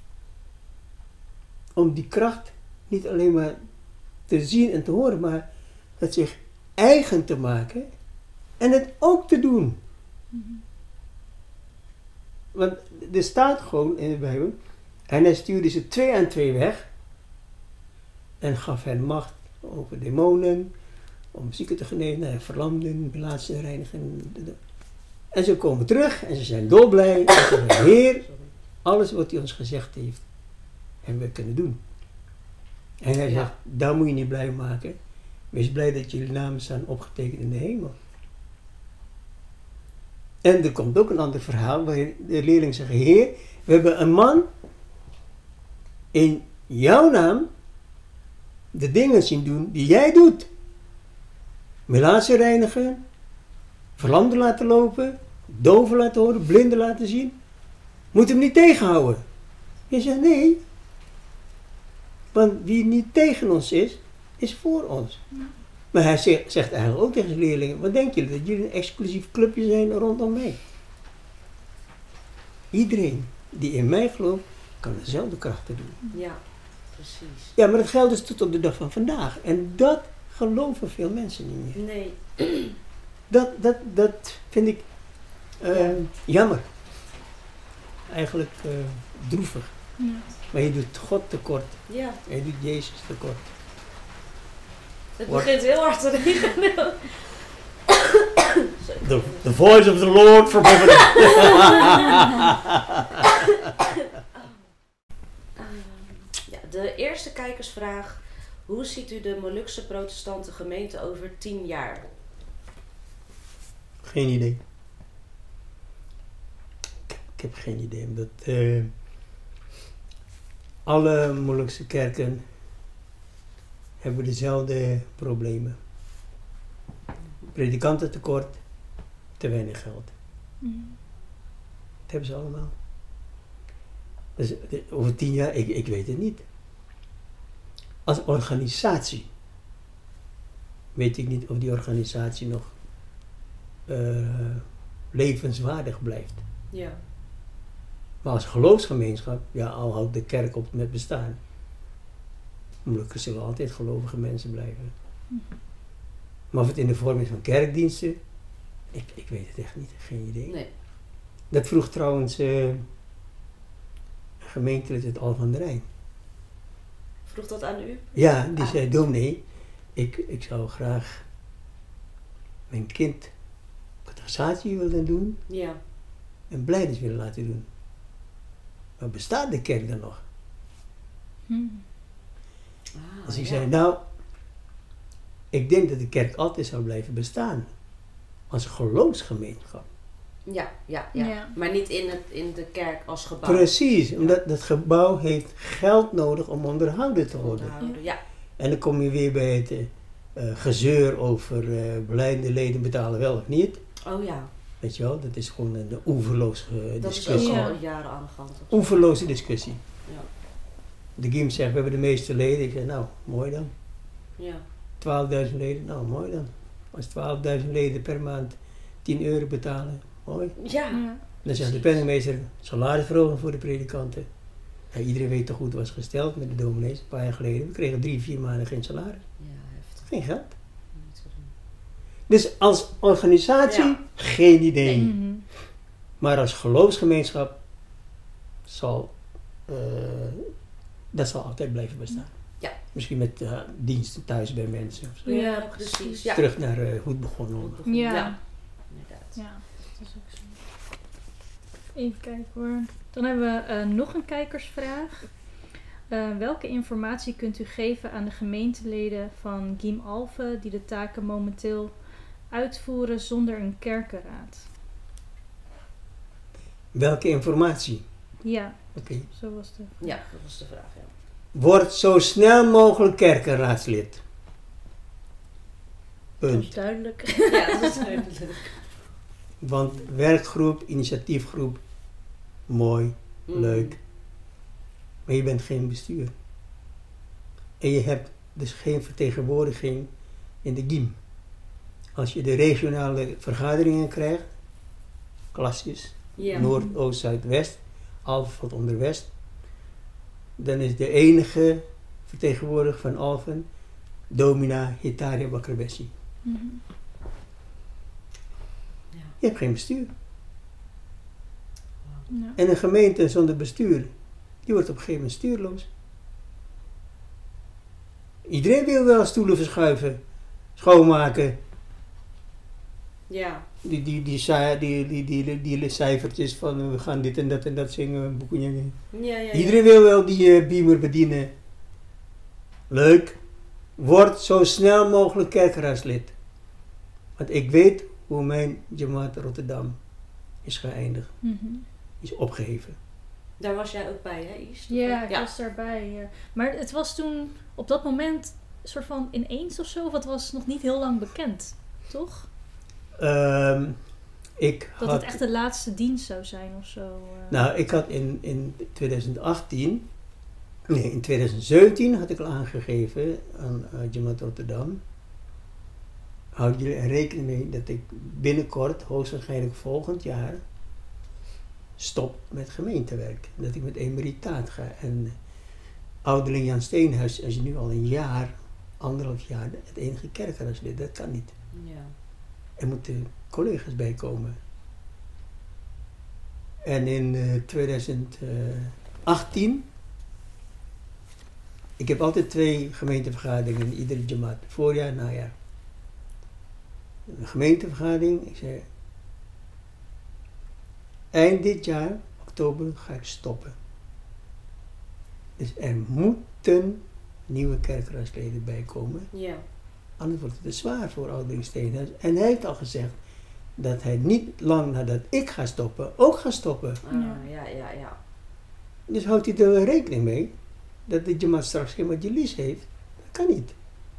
om die kracht niet alleen maar te zien en te horen, maar het zich eigen te maken en het ook te doen. Mm-hmm. Want er staat gewoon in de Bijbel, en hij stuurde ze twee aan twee weg en gaf hen macht over demonen, om zieken te genezen, en verlamden, belaatsten te reinigen. En ze komen terug en ze zijn dolblij en ze zeggen, Heer, alles wat hij ons gezegd heeft, hebben we kunnen doen. En hij Ja. zegt, daar moet je niet blij maken. Wees blij dat jullie namen staan opgetekend in de hemel. En er komt ook een ander verhaal waar de leerlingen zeggen, Heer, we hebben een man in jouw naam de dingen zien doen die jij doet. Melaatsen reinigen, verlamden laten lopen, doven laten horen, blinden laten zien. Moet hem niet tegenhouden. Je zegt nee. Want wie niet tegen ons is, is voor ons. Ja. Maar hij zegt, zegt eigenlijk ook tegen zijn leerlingen, wat denken jullie, dat jullie een exclusief clubje zijn rondom mij? Iedereen die in mij gelooft, kan dezelfde krachten doen. Ja, precies. Ja, maar dat geldt dus tot op de dag van vandaag. En dat geloven veel mensen niet meer. Nee. Dat, dat, dat vind ik uh, jammer. Eigenlijk uh, droevig. Ja. Maar je doet God tekort. Ja, En je doet Jezus tekort. het Wordt- begint heel hard te regenen. The, the voice of the Lord from heaven. Ja, de eerste kijkersvraag. Hoe ziet u de Molukse protestante gemeente over tien jaar? Geen idee. Ik, ik heb geen idee. Omdat uh, alle Molukse kerken hebben dezelfde problemen. Predikantentekort, te weinig geld. Mm. Dat hebben ze allemaal. Dus de- over tien jaar, ik, ik weet het niet. Als organisatie weet ik niet of die organisatie nog uh, levenswaardig blijft. Ja. Maar als geloofsgemeenschap, ja, al houdt de kerk op met bestaan. Gelukkig zullen altijd gelovige mensen blijven. Mm. Maar of het in de vorm is van kerkdiensten, ik, ik weet het echt niet, geen idee. Nee. Dat vroeg trouwens uh, gemeentelid het Al van der Rijn. Vroeg dat aan u? Ja, die Ah. zei, dominee, ik, ik zou graag mijn kind evangelisatie willen doen Ja. en blijdenis willen laten doen. Maar bestaat de kerk dan nog? Hmm. Ah, Dus ik ja. zei, nou, ik denk dat de kerk altijd zal blijven bestaan. Als geloofsgemeenschap. Ja, ja, ja, Ja. Maar niet in, het, in de kerk als gebouw. Precies, omdat dat gebouw heeft geld nodig om onderhouden te worden. Onderhouden. Ja. En dan kom je weer bij het uh, gezeur over uh, blijde leden betalen wel of niet. Oh ja, Weet je wel, dat is gewoon een oeverloze uh, dat is discussie. ook Ja. al jaren aan de gang. toch? Oeverloze discussie. Ja. De G I M zegt, we hebben de meeste leden. Ik zeg, nou, mooi dan. Ja. twaalfduizend leden, nou, mooi dan. Als twaalfduizend leden per maand tien euro betalen, mooi. Ja. Ja. Dan zegt de penningmeester, salarisverhoging voor de predikanten. Ja, iedereen weet toch hoe het was gesteld met de dominees, een paar jaar geleden. We kregen drie, vier maanden geen salaris. Ja, heftig. Geen geld. Niet te doen. Dus als organisatie, Ja. geen idee. Nee. Mhm. Maar als geloofsgemeenschap zal, uh, dat zal altijd blijven bestaan. Ja. Misschien met uh, diensten thuis bij mensen. Of zo. Ja, Ja, precies. precies. Ja. Terug naar uh, hoe het begonnen was. Ja. Ja. Inderdaad. Ja, dat is ook zo. Even kijken hoor. Dan hebben we uh, nog een kijkersvraag. Uh, welke informatie kunt u geven aan de gemeenteleden van G I M Alphen die de taken momenteel uitvoeren zonder een kerkenraad? Welke informatie? Ja, Oké. zo was de. Ja, dat was de vraag. Ja. Word zo snel mogelijk kerkenraadslid. Dat is Punt. duidelijk. Ja, dat is duidelijk. Want werkgroep, initiatiefgroep, mooi, Mm. leuk. Maar je bent geen bestuur. En je hebt dus geen vertegenwoordiging in de G I M. Als je de regionale vergaderingen krijgt, klasjes, Ja. Noord, Oost, Zuid, West, Alphen valt onder West, dan is de enige vertegenwoordiger van Alphen Domina Hitaria Bakrebessi. Mhm. Ja. Je hebt geen bestuur. Ja. En een gemeente zonder bestuur, die wordt op een gegeven moment stuurloos. Iedereen wil wel stoelen verschuiven, schoonmaken, Ja. die, die, die, ci- die, die, die, die, die cijfertjes van uh, we gaan dit en dat en dat zingen. boekje. Ja, ja, ja. Iedereen wil wel die uh, beamer bedienen. Leuk. Word zo snel mogelijk kerkraadslid. Want ik weet hoe mijn Jamaat Rotterdam is geëindigd. Mhm. Is opgeheven. Daar was jij ook bij, hè, Is? Ja, ik Ja. was daarbij. Ja. Maar het was toen op dat moment een soort van ineens of zo, of het was nog niet heel lang bekend, toch? Um, ik Dat had, het echt de laatste dienst zou zijn of zo. eh. Nou, ik had in, in twintig achttien, nee, in twintig zeventien had ik al aangegeven aan uh, Jamaat Rotterdam. Houd jullie er rekening mee dat ik binnenkort, hoogstwaarschijnlijk volgend jaar, stop met gemeentewerk. Dat ik met emeritaat ga. En ouderling Jan Steenhuis is nu al een jaar, anderhalf jaar, het enige kerkraadslid. Dat kan niet. Ja. Er moeten collega's bij komen. En in uh, twintig achttien, ik heb altijd twee gemeentevergaderingen in iedere jamaat, voorjaar en najaar. Een gemeentevergadering, ik zei, eind dit jaar, oktober, ga ik stoppen. Dus er moeten nieuwe kerkraadsleden bij komen. Ja. Anders wordt het te zwaar voor ouderling Steenhuis. En hij heeft al gezegd dat hij niet lang nadat ik ga stoppen, ook gaat stoppen. Ah, Ja. ja, ja, ja. Dus houdt hij er rekening mee dat de jamaat straks geen majelis heeft. Dat kan niet.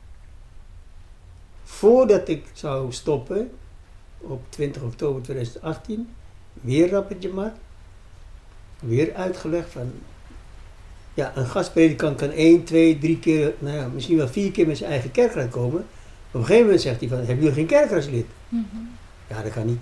Voordat ik zou stoppen, op twintig oktober tweeduizend achttien, weer rapport jamaat. Weer uitgelegd van, ja, een gastpredikant kan één, twee, drie keer, nou ja, misschien wel vier keer met zijn eigen kerkraad komen. Op een gegeven moment zegt hij van, hebben jullie geen kerkraadslid? Mhm. Ja, dat kan niet.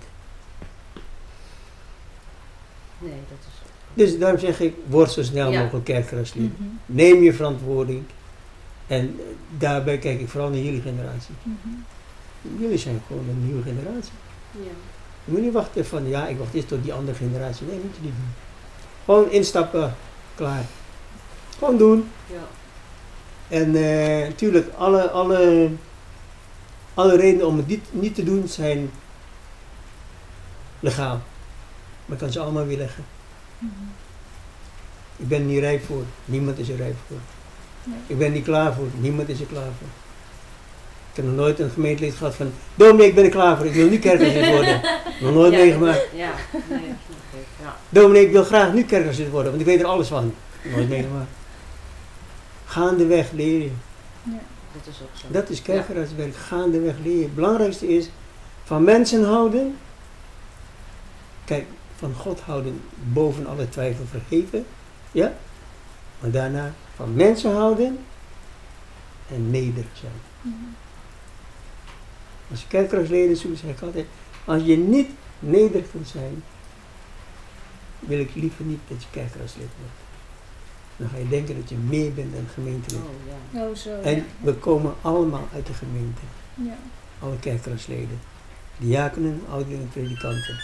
Nee, dat is... Dus daarom zeg ik, word zo snel Ja. mogelijk kerkraadslid. Mhm. Neem je verantwoording. En eh, daarbij kijk ik vooral naar jullie generatie. Mhm. Jullie zijn gewoon een nieuwe generatie. Ja. Je moet niet wachten van, ja, ik wacht eerst tot die andere generatie. Nee, moet je niet doen. Gewoon instappen, klaar. Gewoon doen. Ja. En eh, natuurlijk, alle, alle, alle redenen om het niet, niet te doen zijn legaal. Maar ik kan ze allemaal weerleggen. Mm-hmm. Ik ben er niet rijp voor. Niemand is er rijp voor. Nee. Ik ben er niet klaar voor. Niemand is er klaar voor. Ik heb nog nooit een gemeentelid gehad van... Dominee, ik ben er klaar voor. Ik wil nu kerkeraadslid worden. Nog nooit Ja, meegemaakt. Ja, nee, snap ik. Ja. Dominee, ik wil graag nu kerkeraadslid worden. Want ik weet er alles van. Nooit meegemaakt. Gaandeweg leer je. Ja. Dat is ook zo. Dat is kerkeraadswerk. Gaandeweg leer je. Het belangrijkste is... Van mensen houden... Kijk, van God houden boven alle twijfel vergeven. Ja? Maar daarna van mensen houden en nederig zijn. Mm-hmm. Als je kerkraadsleden zoekt, zeg ik altijd, als je niet nederig kunt zijn, wil ik liever niet dat je kerkraadslid wordt. Dan ga je denken dat je meer bent dan gemeentelid. Oh, ja. Oh, zo. En ja. we komen allemaal uit de gemeente. Ja. Alle kerkraadsleden. Diakenen, ouderen en predikanten.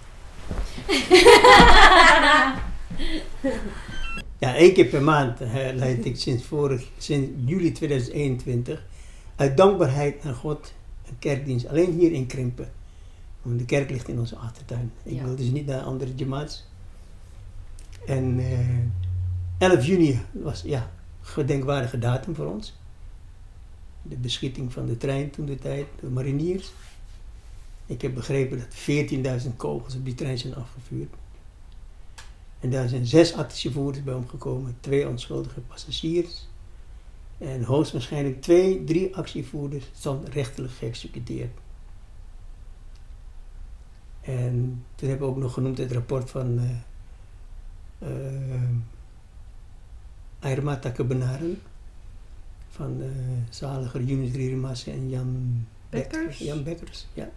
Ja, één keer per maand hè, leid ik sinds, vorig, sinds juli tweeduizend eenentwintig uit dankbaarheid aan God een kerkdienst. Alleen hier in Krimpen. Want de kerk ligt in onze achtertuin. Ik Ja. wil dus niet naar andere jamaats. En eh, elf juni was ja, een gedenkwaardige datum voor ons. De beschieting van de trein toen de tijd door mariniers. Ik heb begrepen dat veertienduizend kogels op die trein zijn afgevuurd. En daar zijn zes actievoerders bij omgekomen, twee onschuldige passagiers. En hoogstwaarschijnlijk twee, drie actievoerders standrechtelijk geëxecuteerd. En toen hebben we ook nog genoemd het rapport van uh, uh, Ayrma Takebenaren. Van uh, zaliger Yunus Ririmasse en Jan Bekkers. Jan Bekkers, ja.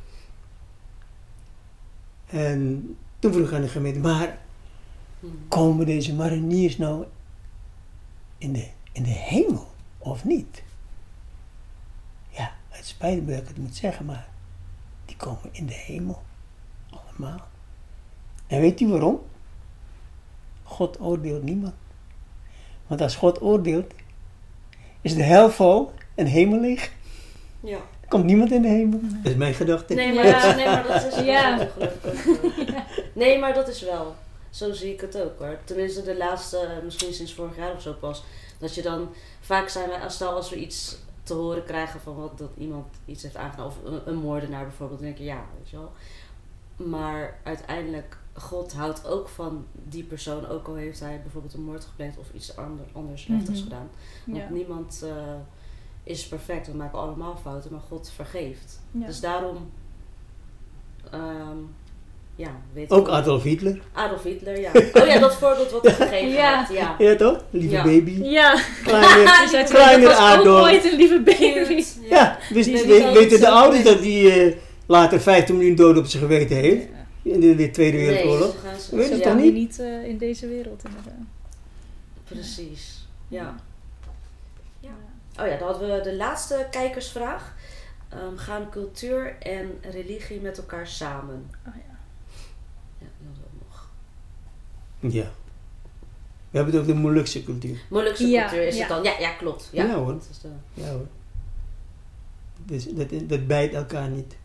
En toen vroeg ik aan de gemeente, maar komen deze mariniers nou in de, in de hemel of niet? Ja, het spijt me dat ik het moet zeggen, maar die komen in de hemel. Allemaal. En weet u waarom? God oordeelt niemand. Want als God oordeelt, is de hel vol en hemel leeg. Ja. Er komt niemand in de hemel. Dat is mijn gedachte. Nee, maar, Ja. nee, maar dat is Ja. wel geloof ik ook wel. Nee, maar dat is wel. Zo zie ik het ook hoor. Tenminste de laatste, misschien sinds vorig jaar of zo pas. Dat je dan, vaak zijn wij, stel als we iets te horen krijgen van wat dat iemand iets heeft aangedaan. Of een, een moordenaar bijvoorbeeld. Dan denk je ja, weet je wel. Maar uiteindelijk, God houdt ook van die persoon. Ook al heeft hij bijvoorbeeld een moord gepleegd of iets ander, anders heftigs Mhm. gedaan. Want Ja. niemand uh, is perfect. We maken allemaal fouten, maar God vergeeft. Ja. Dus daarom, um, ja, weet Ook ik Adolf Hitler. Adolf Hitler, ja. Oh ja, dat voorbeeld wat ik gegeven Ja. had, ja. Ja toch? Lieve Ja. baby. Ja, Kleine, dus uit- kleine dat was ook Adolf. ooit een lieve baby. Cute, Ja, wist, Nee, die weet- zal weten het de zo ouders doen. dat hij uh, later vijftien miljoen doden op zijn geweten heeft? In de, de Tweede Nee, Wereldoorlog? ze gaan ze- Weet ze- het ja, toch Die niet? niet uh, in deze wereld inderdaad. Precies, ja. Ja. Oh ja, dan hadden we de laatste kijkersvraag. Um, gaan cultuur en religie met elkaar samen? Oh ja. Ja, die hadden we ook nog. Ja. We hebben het over de Molukse cultuur. Molukse Ja, cultuur is ja. het dan? Ja, ja klopt. Ja, Ja, hoor. Dat is de, Ja hoor. Dus dat, dat bijt elkaar niet.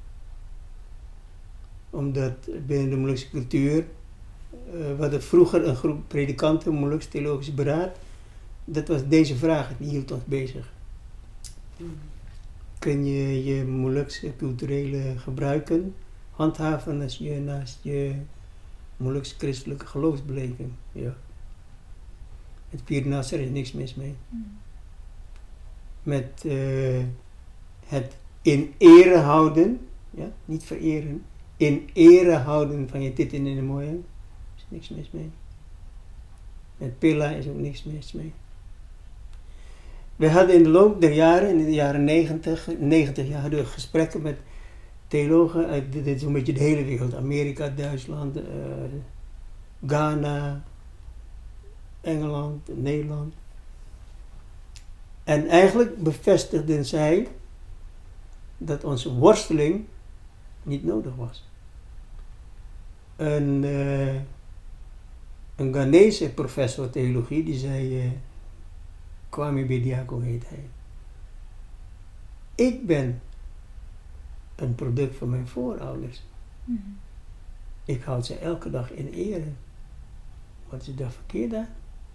Omdat binnen de Molukse cultuur, uh, we hadden vroeger een groep predikanten, Moluks Theologisch Beraad. Dat was deze vraag, die hield ons bezig. mm. Kun je je Molukse culturele gebruiken handhaven als je naast je Molukse christelijke geloofsbeleving? Ja. Het vieren naast er is niks mis mee. Mm. Met uh, het in ere houden, ja, niet vereren, in ere houden van je dit en de mooie, is niks mis mee. Met pilla is ook niks mis mee. We hadden in de loop der jaren, in de jaren negentig, negentig jaar, hadden we gesprekken met theologen uit dit is een beetje de hele wereld. Amerika, Duitsland, uh, Ghana, Engeland, Nederland. En eigenlijk bevestigden zij dat onze worsteling niet nodig was. Een, uh, een Ghanese professor theologie, die zei, uh, Kwame Bediako heet hij. Ik ben een product van mijn voorouders. Mm. Ik houd ze elke dag in ere. Wat is daar verkeerd aan?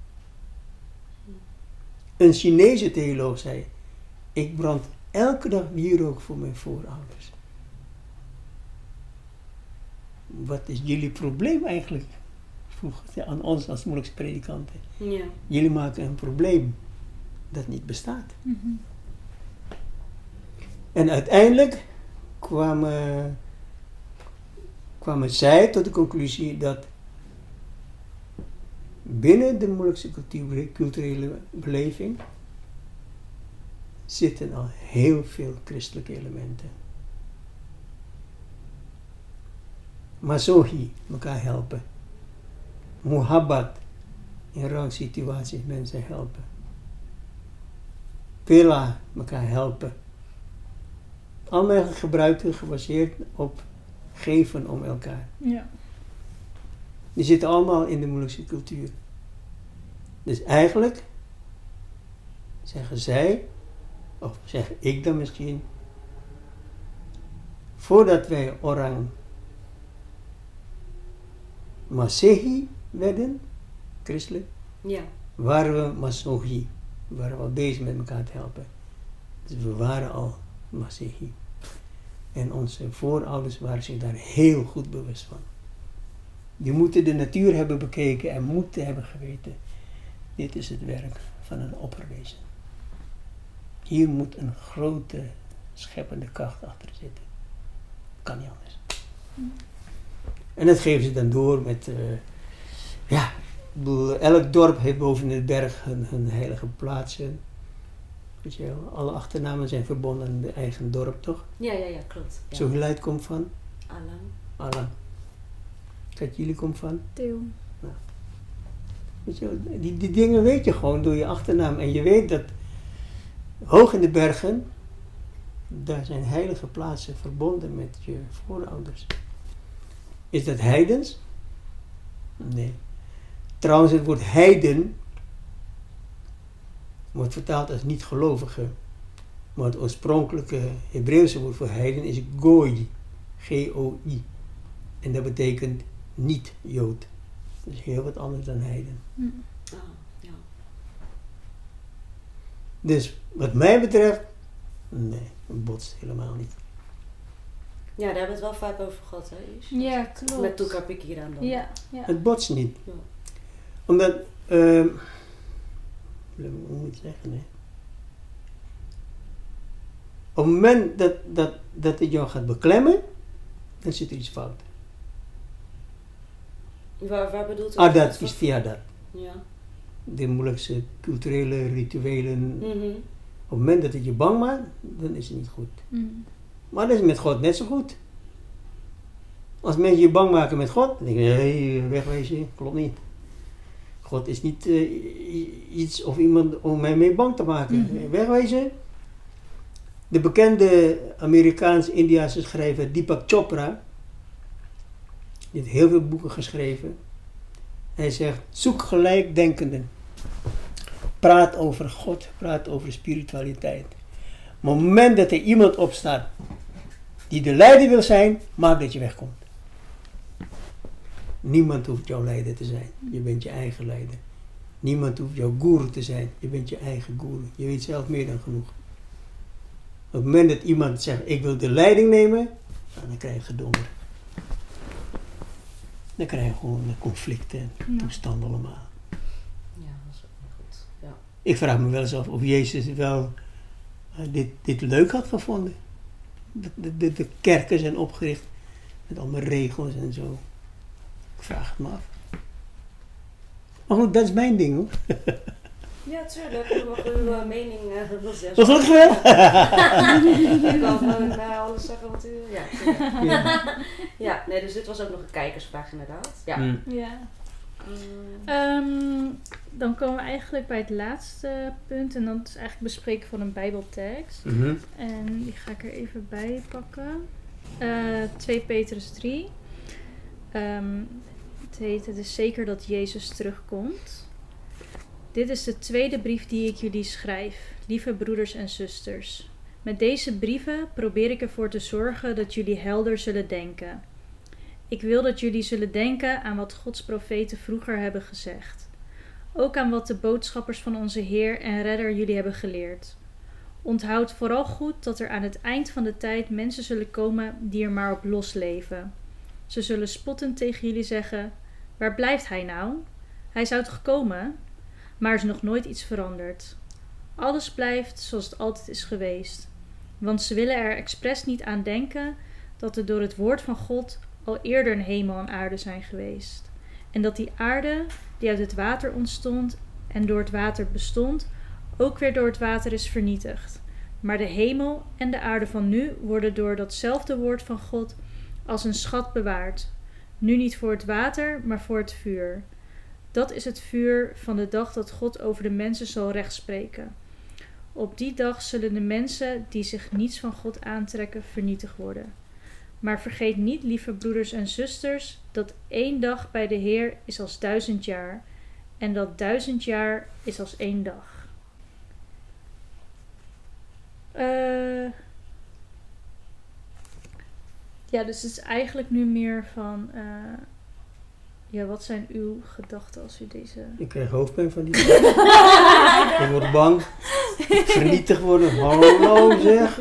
Een Chinese theoloog zei, ik brand elke dag wierook voor mijn voorouders. Wat is jullie probleem eigenlijk? Vroeg hij aan ons als moeilijkspredikanten. Ja. Jullie maken een probleem dat niet bestaat. Mhm. En uiteindelijk kwamen, kwamen zij tot de conclusie dat binnen de moeilijkste cultuur- culturele beleving zitten al heel veel christelijke elementen. Masochi, elkaar helpen. Muhabbat, in rangsituaties mensen helpen. Pilla, elkaar helpen. Allemaal gebruiken gebaseerd op geven om elkaar. Ja. Die zitten allemaal in de moeilijkste cultuur. Dus eigenlijk zeggen zij, of zeg ik dan misschien, voordat wij orang Masehi werden, christelijk, Ja. waren we Masohi. We waren al bezig met elkaar te helpen. Dus we waren al Masehi. En onze voorouders waren zich daar heel goed bewust van. Die moeten de natuur hebben bekeken en moeten hebben geweten. Dit is het werk van een opperwezen. Hier moet een grote scheppende kracht achter zitten. Kan niet anders. En dat geven ze dan door met, uh, ja, ik bedoel, elk dorp heeft boven in de berg hun, hun heilige plaatsen. Weet je wel, alle achternamen zijn verbonden aan de eigen dorp, toch? Ja, ja, ja, klopt. Ja. Zo geluid komt van? Alang. Allah. Kijk, jullie komt van? Theo. Weet je wel, die, die dingen weet je gewoon door je achternaam. En je weet dat hoog in de bergen, daar zijn heilige plaatsen verbonden met je voorouders. Is dat heidens? Nee. Trouwens, het woord heiden wordt vertaald als niet-gelovige. Maar het oorspronkelijke Hebreeuwse woord voor heiden is goy. G O I. En dat betekent niet-Jood. Dat is heel wat anders dan heiden. Mm. Oh, ja. Dus wat mij betreft, nee, het botst helemaal niet. Ja, daar hebben we het wel vaak over gehad, hè? Ish? Ja, klopt. Met Tukar hier aan dan. Ja, ja. Het botst niet. Ja. Omdat, uh, hoe moet ik zeggen, hè? Op het moment dat, dat, dat het jou gaat beklemmen, dan zit er iets fout. Waar, waar bedoelt u? Ah, dat is via dat. Ja. De moeilijkste culturele rituelen. Mhm. Op het moment dat het je bang maakt, dan is het niet goed. Mm. Maar dat is met God net zo goed. Als mensen je bang maken met God, dan denk je, hé, hey, wegwezen, klopt niet. God is niet uh, iets of iemand om mij mee bang te maken. Mm-hmm. Wegwezen. De bekende Amerikaans-Indiase schrijver Deepak Chopra, die heeft heel veel boeken geschreven. Hij zegt, zoek gelijkdenkenden. Praat over God, praat over spiritualiteit. Maar op het moment dat er iemand opstaat die de leider wil zijn, maak dat je wegkomt. Niemand hoeft jouw leider te zijn. Je bent je eigen leider. Niemand hoeft jouw guru te zijn. Je bent je eigen guru. Je weet zelf meer dan genoeg. Op het moment dat iemand zegt, ik wil de leiding nemen, dan krijg je gedonder. Dan krijg je gewoon conflicten en Ja. toestanden allemaal. Ja, dat is ook niet goed. Ja. Ik vraag me wel eens af of Jezus wel uh, dit, dit leuk had gevonden. De, de, de, de kerken zijn opgericht met allemaal regels en zo. Ik vraag het me af. Maar goed, dat is mijn ding hoor. Ja, tuurlijk. Ik mag uw uh, mening uh, wel zeggen. Wat gelukkig wel? Ik kan gewoon uh, alles zeggen wat u... Ja, tuurlijk. Ja. Ja, nee, dus dit was ook nog een kijkersvraag inderdaad. Ja. Mm. Ja. Mm. Ehm, dan komen we eigenlijk bij het laatste punt. En dat is eigenlijk bespreken van een bijbeltekst. Mm-hmm. En die ga ik er even bij pakken. Uh, twee Petrus drie. Um, het heet, het is zeker dat Jezus terugkomt. Dit is de tweede brief die ik jullie schrijf, lieve broeders en zusters. Met deze brieven probeer ik ervoor te zorgen dat jullie helder zullen denken. Ik wil dat jullie zullen denken aan wat Gods profeten vroeger hebben gezegd. Ook aan wat de boodschappers van onze Heer en Redder jullie hebben geleerd. Onthoud vooral goed dat er aan het eind van de tijd mensen zullen komen die er maar op los leven. Ze zullen spottend tegen jullie zeggen: waar blijft hij nou? Hij zou toch komen? Maar er is nog nooit iets veranderd. Alles blijft zoals het altijd is geweest. Want ze willen er expres niet aan denken dat er door het woord van God al eerder een hemel en aarde zijn geweest. En dat die aarde, die uit het water ontstond en door het water bestond, ook weer door het water is vernietigd. Maar de hemel en de aarde van nu worden door datzelfde woord van God als een schat bewaard. Nu niet voor het water, maar voor het vuur. Dat is het vuur van de dag dat God over de mensen zal rechtspreken. Op die dag zullen de mensen die zich niets van God aantrekken vernietigd worden. Maar vergeet niet, lieve broeders en zusters, dat één dag bij de Heer is als duizend jaar. En dat duizend jaar is als één dag. Uh, ja, dus het is eigenlijk nu meer van... Uh, ja, wat zijn uw gedachten als u deze... Ik krijg hoofdpijn van die tekst. Ik word bang. Vernietigd worden. Hallo zeg.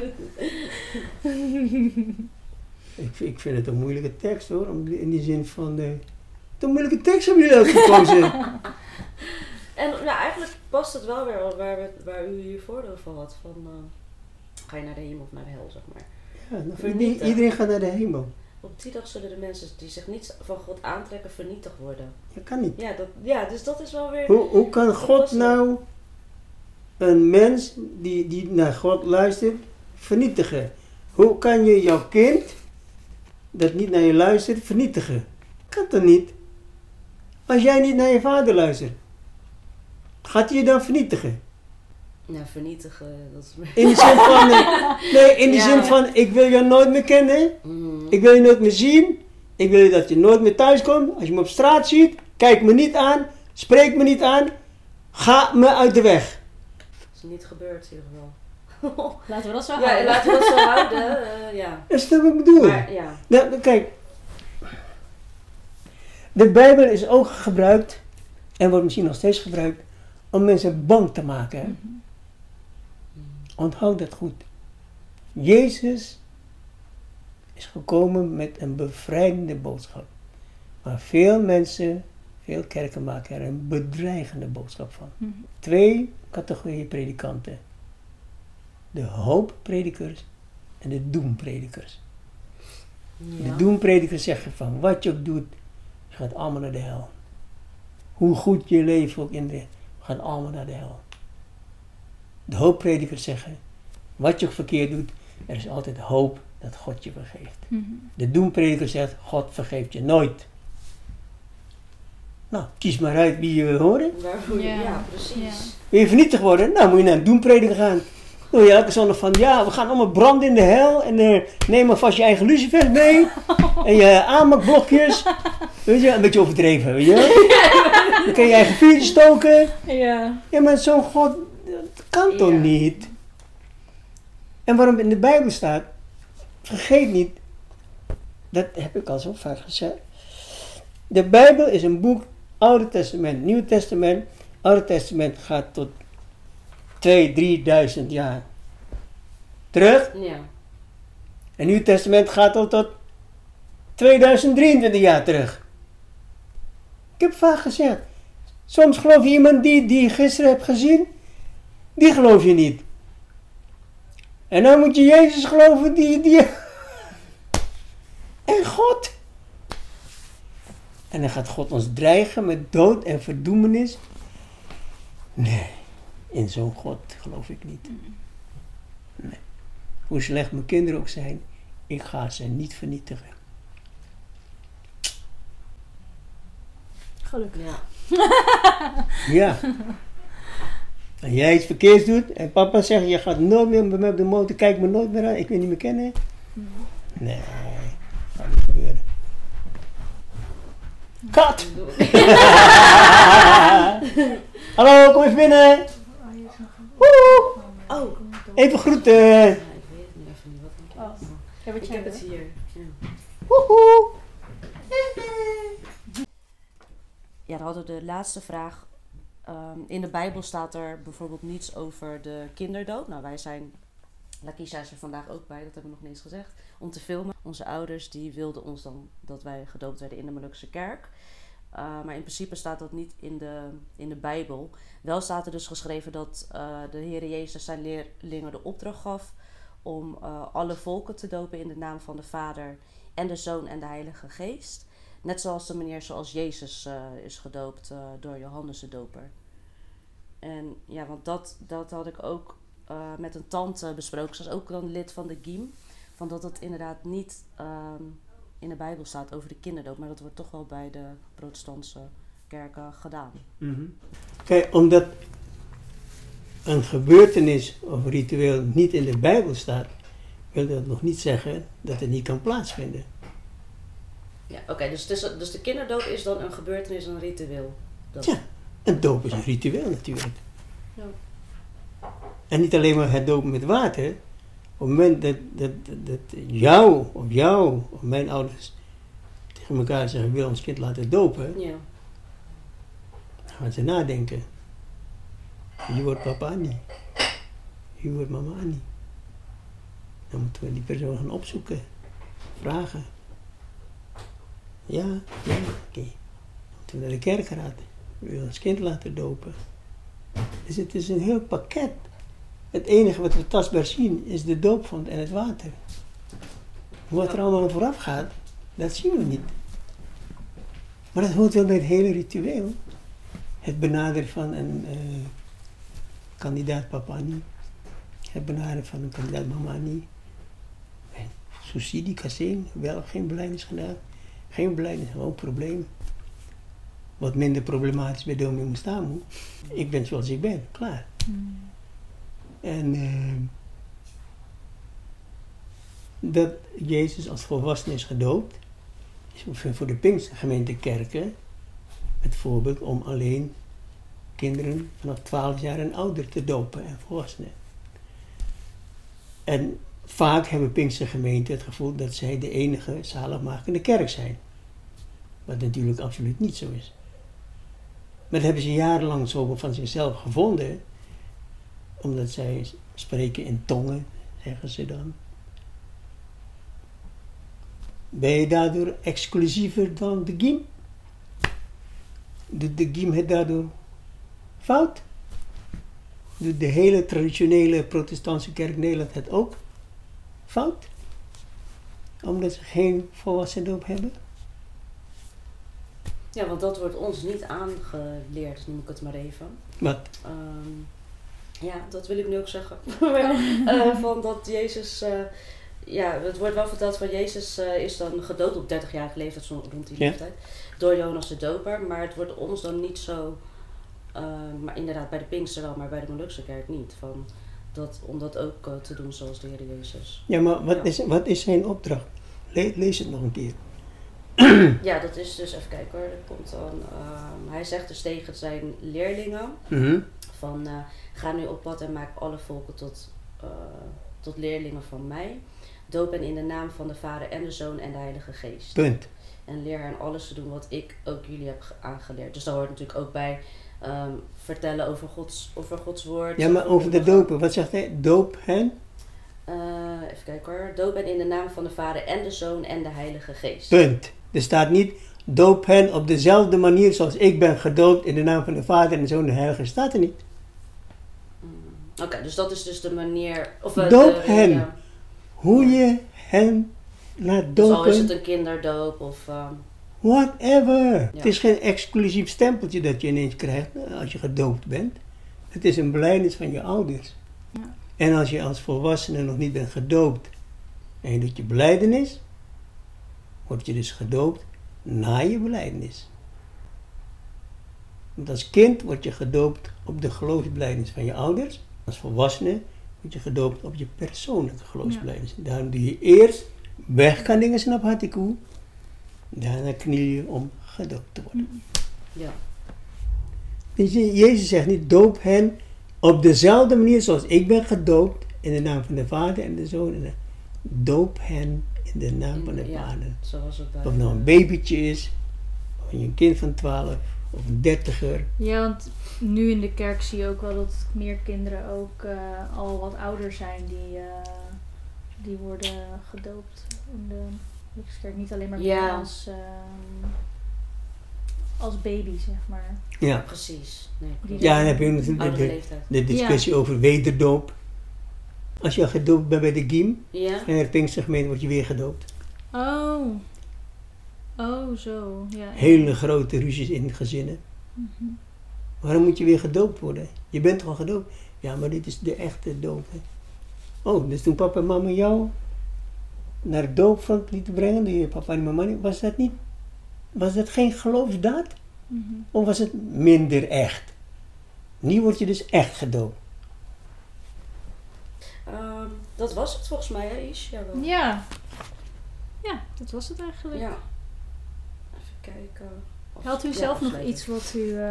Ik, ik vind het een moeilijke tekst hoor. In die zin van... Uh, een moeilijke tekst hebben jullie uitgekozen. En ja, eigenlijk past het wel weer waar, we, waar u hier voordeel van had. Van, uh, ga je naar de hemel of naar de hel, zeg maar. Ja, nou, iedereen, iedereen gaat naar de hemel. Op die dag zullen de mensen die zich niet van God aantrekken vernietigd worden. Dat kan niet. Ja, dat, ja dus dat is wel weer... Hoe, hoe kan God nou een mens die, die naar God luistert vernietigen? Hoe kan je jouw kind dat niet naar je luistert vernietigen? Kan toch niet? Als jij niet naar je vader luistert, gaat hij je dan vernietigen? Ja, vernietigen, dat is meer... In de zin van, nee, in de ja. zin van, ik wil je nooit meer kennen. Mm. Ik wil je nooit meer zien. Ik wil je dat je nooit meer thuis komt. Als je me op straat ziet, kijk me niet aan. Spreek me niet aan. Ga me uit de weg. Dat is niet gebeurd in ieder geval. Laten we dat zo ja, houden. laten we dat zo houden. Uh, ja. Dat is wat ik bedoel. Maar, ja. Nou, kijk. De Bijbel is ook gebruikt, en wordt misschien nog steeds gebruikt, om mensen bang te maken. Hè? Mm-hmm. Onthoud dat goed. Jezus is gekomen met een bevrijdende boodschap. Maar veel mensen, veel kerken maken er een bedreigende boodschap van. Mm-hmm. Twee categorieën predikanten. De hooppredikers en de doempredikers. Ja. De doempredikers zeggen van wat je ook doet, je gaat allemaal naar de hel. Hoe goed je leven ook in de, we gaan allemaal naar de hel. De hooppredikers zeggen, wat je ook verkeerd doet, er is altijd hoop dat God je vergeeft. Mm-hmm. De doemprediker zegt, God vergeeft je nooit. Nou, kies maar uit wie je wil horen. Waarvoor je, ja, ja, precies. Ja. Wil je vernietigd worden? Nou, moet je naar een doemprediker gaan. Nou ja, elke zondag van, ja, we gaan allemaal branden in de hel. En uh, neem maar vast je eigen lucifers mee. En je aanmaakblokjes. Weet je, een beetje overdreven, weet je. Dan kan je je eigen vuurtje stoken. Ja. Ja, maar zo'n God, dat kan toch ja. niet? En waarom in de Bijbel staat, vergeet niet, dat heb ik al zo vaak gezegd. De Bijbel is een boek, Oude Testament, Nieuw Testament. Oude Testament gaat tot twee, drieduizend jaar terug. Ja. En Nieuw Testament gaat al tot tweeduizend drieëntwintig jaar terug. Ik heb vaak gezegd, soms geloof je iemand die, die je gisteren hebt gezien, die geloof je niet. En dan moet je Jezus geloven, die, die... En God. En dan gaat God ons dreigen met dood en verdoemenis. Nee, in zo'n God geloof ik niet. Nee. Hoe slecht mijn kinderen ook zijn, ik ga ze niet vernietigen. Gelukkig. Ja. Ja. Als jij iets verkeerds doet en papa zegt, je gaat nooit meer bij mij op de motor, kijk me nooit meer aan, ik wil niet meer kennen. Nee, dat gaat niet gebeuren. Kat! Hallo, kom even binnen. Woe! Oh. Even groeten. Ja, ik weet het nu even niet. Wat denk je? Oh. Ja, wat ik heb het hier. Ja. Woehoe! ja, dan hadden we de laatste vraag. Um, in de Bijbel staat er bijvoorbeeld niets over de kinderdoop. Nou, wij zijn, Lakisha is er vandaag ook bij, dat hebben we nog niet eens gezegd, om te filmen. Onze ouders die wilden ons dan dat wij gedoopt werden in de Molukse kerk. Uh, maar in principe staat dat niet in de, in de Bijbel. Wel staat er dus geschreven dat uh, de Heer Jezus zijn leerlingen de opdracht gaf om uh, alle volken te dopen in de naam van de Vader en de Zoon en de Heilige Geest. Net zoals de manier zoals Jezus uh, is gedoopt uh, door Johannes de Doper. En ja, want dat, dat had ik ook uh, met een tante besproken. Ze is ook dan lid van de G I M. Van dat het inderdaad niet um, in de Bijbel staat over de kinderdoop. Maar dat wordt toch wel bij de protestantse kerken gedaan. Mm-hmm. Kijk, omdat een gebeurtenis of ritueel niet in de Bijbel staat, wil dat nog niet zeggen dat het niet kan plaatsvinden. Ja, oké, okay, dus, dus de kinderdoop is dan een gebeurtenis, een ritueel? Dat... Ja, een doop is een ritueel natuurlijk. Ja. En niet alleen maar het dopen met water. Op het moment dat, dat, dat, dat jou of jou of mijn ouders tegen elkaar zeggen, wil ons kind laten dopen, ja. Dan gaan ze nadenken. Je wordt papa Annie. Je wordt mama Annie. Dan moeten we die persoon gaan opzoeken. Vragen. Ja, ja, oké. Okay. Dan moeten we naar de kerkraad. We willen ons kind laten dopen. Dus het is een heel pakket. Het enige wat we tastbaar zien is de doopvond en het water. Wat er allemaal vooraf gaat, dat zien we niet. Maar dat hoort wel bij het hele ritueel. Het benaderen van een uh, kandidaat papa Annie. Het benaderen van een kandidaat mama Annie. Subsidie, kasseen, wel geen belijdenis gedaan. Geen belijdenis, gewoon probleem. Wat minder problematisch bij dominee Mustamu. Ik ben zoals ik ben, klaar. Mm. En uh, dat Jezus als volwassene is gedoopt, is voor de Pinkstergemeentekerken het voorbeeld om alleen kinderen vanaf twaalf jaar en ouder te dopen en volwassenen. En vaak hebben Pinkstergemeenten het gevoel dat zij de enige zaligmakende kerk zijn. Wat natuurlijk absoluut niet zo is. Maar dat hebben ze jarenlang zo van zichzelf gevonden, omdat zij spreken in tongen, zeggen ze dan. Ben je daardoor exclusiever dan de G I M? Doet de G I M het daardoor fout? Doet de hele traditionele protestantse kerk Nederland het ook fout? Omdat ze geen volwassen doop hebben? Ja, want dat wordt ons niet aangeleerd, noem ik het maar even. Wat? Um, ja, dat wil ik nu ook zeggen. uh, van dat Jezus... Uh, ja, het wordt wel verteld van Jezus uh, is dan gedood op dertigjarige leeftijd, zo rond die ja. leeftijd, door Johannes de Doper. Maar het wordt ons dan niet zo, uh, maar inderdaad bij de Pinkster wel, maar bij de Molukse kerk niet. Van dat, om dat ook uh, te doen zoals de Heer Jezus. Ja, maar wat, ja. Is, wat is zijn opdracht? Le- lees het nog een keer. Ja, dat is dus, even kijken hoor, dat komt dan, uh, hij zegt dus tegen zijn leerlingen, Mm-hmm. van uh, ga nu op pad en maak alle volken tot, uh, tot leerlingen van mij. Doop hen in de naam van de Vader en de Zoon en de Heilige Geest. Punt. En leer hen alles te doen wat ik ook jullie heb aangeleerd. Dus daar hoort natuurlijk ook bij um, vertellen over Gods, over Gods woord. Ja, maar over de dopen, wat zegt hij? Doop hen? Uh, even kijken hoor. Doop hen in de naam van de Vader en de Zoon en de Heilige Geest. Punt. Er staat niet, doop hen op dezelfde manier zoals ik ben gedoopt in de naam van de Vader en de Zoon en de Heilige Geest. Staat er niet. Mm. Oké, okay, dus dat is dus de manier... Of, uh, doop de, hen. Ja. Hoe je hen laat dopen. Dus al is het een kinderdoop of... Uh, whatever. Ja. Het is geen exclusief stempeltje dat je ineens krijgt als je gedoopt bent. Het is een belijdenis van je ouders. Ja. En als je als volwassene nog niet bent gedoopt en je doet je belijdenis, word je dus gedoopt na je belijdenis. Want als kind word je gedoopt op de geloofsbelijdenis van je ouders. Als volwassene word je gedoopt op je persoonlijke geloofsbelijdenis. Ja. Daarom doe je eerst weg kan dingen snap hatiku. Daarna kniel je om gedoopt te worden. Ja. Dus Jezus zegt niet, doop hen op dezelfde manier zoals ik ben gedoopt in de naam van de Vader en de Zoon. En de, doop hen in de naam van de ja, Vader. Zoals het bij of nou een babytje is, of een kind van twaalf, of een dertiger. Ja, want nu in de kerk zie je ook wel dat meer kinderen ook uh, al wat ouder zijn die, uh, die worden gedoopt in de kerk. Niet alleen maar Ja. als, uh, als baby, zeg maar. Ja, Precies. Nee, Die ja, dan heb je natuurlijk oudere de, leeftijd. de discussie over wederdoop. Als je al gedoopt bent bij de Giem, Ja? en in de Pinkstergemeente word je weer gedoopt. Oh. Oh, zo. Ja, ja. Hele grote ruzies in gezinnen. Mhm. Waarom moet je weer gedoopt worden? Je bent toch al gedoopt? Ja, maar dit is de echte doop. Hè? Oh, dus toen papa en mama jou naar de doopveld lieten brengen, die papa en mama, was dat niet, was dat geen geloofsdaad? Mhm. Of was het minder echt? Nu word je dus echt gedoopt. Um, dat was het volgens mij, hè, Ish? Jawel. Ja. Ja, dat was het eigenlijk. Ja. Even kijken. Of- Had u ja, zelf nog afsluiten. iets wat u... Uh...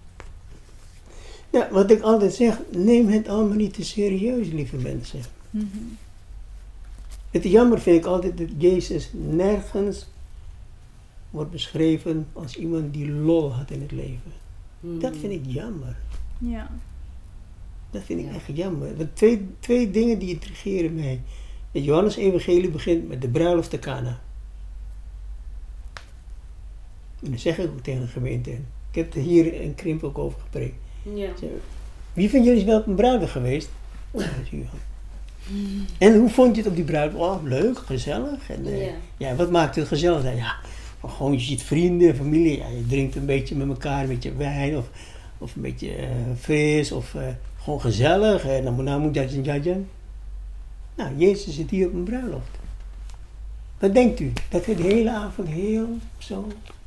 Ja, wat ik altijd zeg, neem het allemaal niet te serieus, lieve mensen. Mm-hmm. Het jammer vind ik altijd dat Jezus nergens wordt beschreven als iemand die lol had in het leven. Hmm. Dat vind ik jammer. Ja. Dat vind ik Ja. echt jammer. Want twee, twee dingen die intrigeren mij. Het Johannes-evangelie begint met de bruiloft te Kana. En dat zeg ik ook tegen de gemeente. Ik heb er hier in Krimp ook over gepreekt. Ja. Wie van jullie is wel op een bruiloft geweest? Oh, dat is Johan. En hoe vond je het op die bruiloft? Oh, leuk, gezellig. En, uh, Ja. ja, wat maakt het gezellig? Ja, gewoon je ziet vrienden, familie. Ja, je drinkt een beetje met elkaar, een beetje wijn of, of een beetje uh, fris of uh, gewoon gezellig. En dan moet nou moet dat en Nou, Jezus zit hier op een bruiloft. Wat denkt u? Dat hij de hele avond heel zo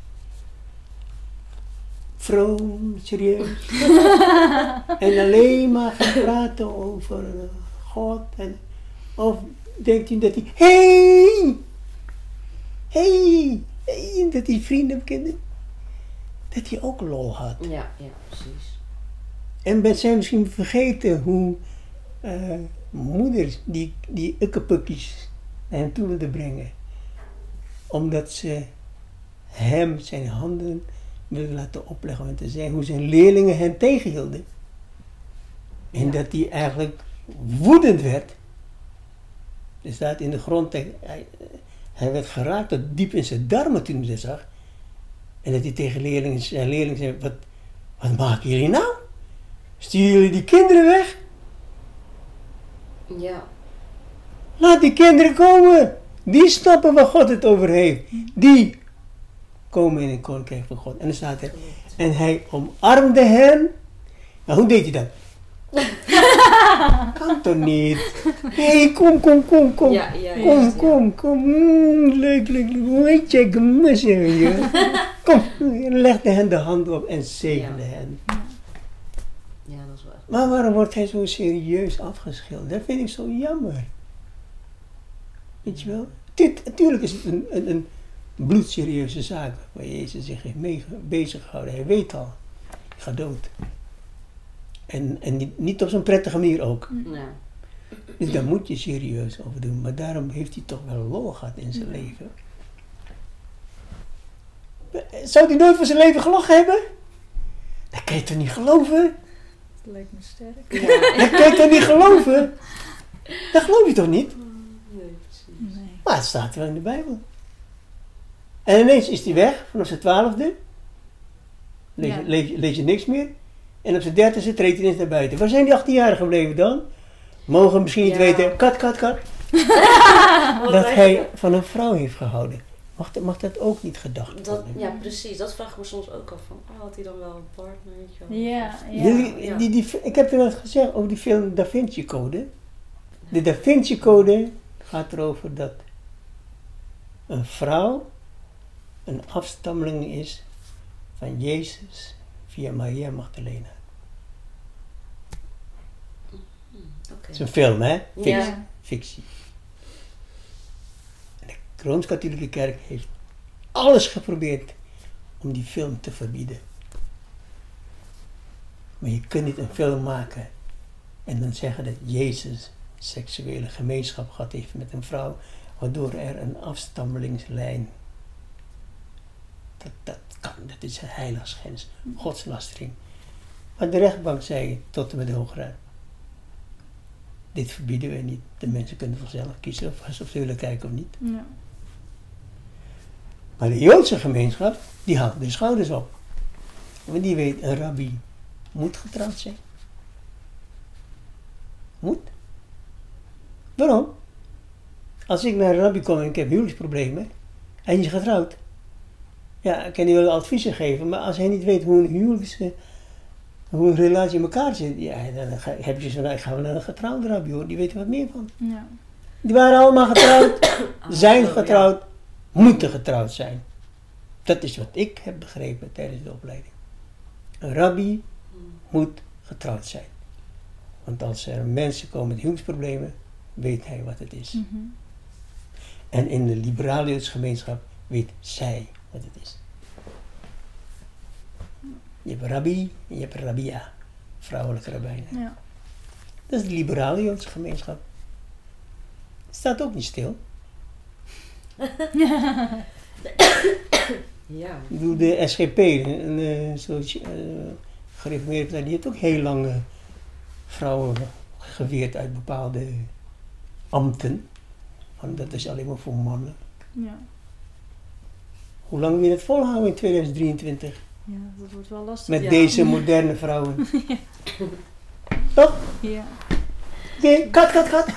vroom, serieus. En alleen maar gaan praten over uh, God. En, of denkt u dat hij, hey, hey, hey, dat hij vrienden kende, dat hij ook lol had. Ja, ja, precies. En ben zij misschien vergeten hoe uh, moeders die, die ukkepukkies naar hem toe wilden brengen. Omdat ze hem zijn handen wilden laten opleggen en te zeggen hoe zijn leerlingen hen tegenhielden. En Ja. dat hij eigenlijk woedend werd. Er staat in de grond, hij, hij werd geraakt tot diep in zijn darmen toen hij dat zag. En dat hij tegen leerlingen, zijn leerlingen zei, wat, wat maken jullie nou? Sturen jullie die kinderen weg? Ja. Laat die kinderen komen. Die snappen waar God het over heeft. Die komen in het koninkrijk van God. En dan staat er, en hij omarmde hen. Nou, hoe deed hij dat? Kan toch niet? Hé, hey, kom, kom, kom, kom. Ja, ja, Kom, juist, ja. kom, kom. Mm, leuk, leuk, leuk. Hoe heet jij? Gemus, je. Kom. En legde hen de hand op en zegende Ja. hen. Ja, dat is wel echt. Maar waarom wordt hij zo serieus afgeschilderd? Dat vind ik zo jammer. Weet je wel? Dit, natuurlijk is het een, een, een bloedserieuze zaak waar Jezus zich heeft mee bezig gehouden. Hij weet al, je gaat dood. En, en niet, niet op zo'n prettige manier ook. Ja. Dus daar moet je serieus over doen. Maar daarom heeft hij toch wel lol gehad in zijn Ja. leven. Zou hij nooit van zijn leven gelachen hebben? Dat kan je toch niet geloven? Dat lijkt me sterk. Ja. Dat kan je toch niet geloven? Dat geloof je toch niet? Nee, precies. Nee. Maar het staat wel in de Bijbel. En ineens is hij weg, vanaf zijn twaalfde. Lees, Ja. je- lees, je- lees je niks meer. En op zijn dertigste treedt hij ineens naar buiten. Waar zijn die achttien jaar gebleven dan? Mogen we misschien niet Ja. weten, kat, kat, kat. Wat Dat wij- hij van een vrouw heeft gehouden. Mag, dat- mag dat ook niet gedacht Dat, worden? ja, precies. Dat vraag ik me soms ook af. Van, oh, had hij dan wel een partner? Weet je wel? Ja, Of- ja. Jullie- ja. die, die, ik heb er wel eens gezegd over die film Da Vinci Code. De Da Vinci Code gaat erover dat een vrouw een afstammeling is van Jezus via Maria Magdalena. Oké. Het is een film, hè? Fictie. Ja. Fictie. En de Rooms-Katholieke Kerk heeft alles geprobeerd om die film te verbieden. Maar je kunt niet een film maken en dan zeggen dat Jezus seksuele gemeenschap gehad heeft met een vrouw, waardoor er een afstammelingslijn. Dat, dat kan, dat is een heiligschennis, godslastering. Maar de rechtbank zei tot en met de Hoge Raad. Dit verbieden we niet. De mensen kunnen vanzelf kiezen of, of ze willen kijken of niet. Ja. Maar de Joodse gemeenschap, die haalt de schouders op. Want die weet, een rabbi moet getrouwd zijn. Moet. Waarom? Als ik naar een rabbi kom en ik heb huwelijksproblemen, en hij is getrouwd. Ja, ik kan hij wel adviezen geven, maar als hij niet weet hoe een huwelijks, hoe een relatie in elkaar zit, ja, dan ga, heb je zo, gaan we naar een getrouwde rabbi hoor, die weten wat meer van. Ja. Die waren allemaal getrouwd, zijn zo, getrouwd, moeten getrouwd zijn. Dat is wat ik heb begrepen tijdens de opleiding. Een rabbi moet getrouwd zijn. Want als er mensen komen met huwelijksproblemen, weet hij wat het is. Mm-hmm. En in de liberale Joodse gemeenschap weet zij wat het is. Je hebt een rabbi en je hebt een rabbia, vrouwelijke rabbijnen. Ja. Dat is de liberale Joodse gemeenschap. Het staat ook niet stil. Ja. Ik bedoel, de S G P, een uh, soort uh, gereformeerde partij, die heeft ook heel lang uh, vrouwen geweerd uit bepaalde ambten. Want dat is alleen maar voor mannen. Ja. Hoe lang wil je het volhouden in tweeduizend drieëntwintig? Ja, dat wordt wel lastig. Met Ja. deze moderne vrouwen. Toch? Ja. Oké, okay, kat, kat, kat.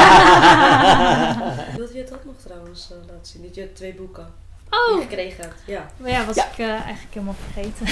Wilt je het ook nog trouwens uh, laten zien? Dat je twee boeken Oh! gekregen hebt. Ja. Maar ja, was Ja. ik uh, eigenlijk helemaal vergeten.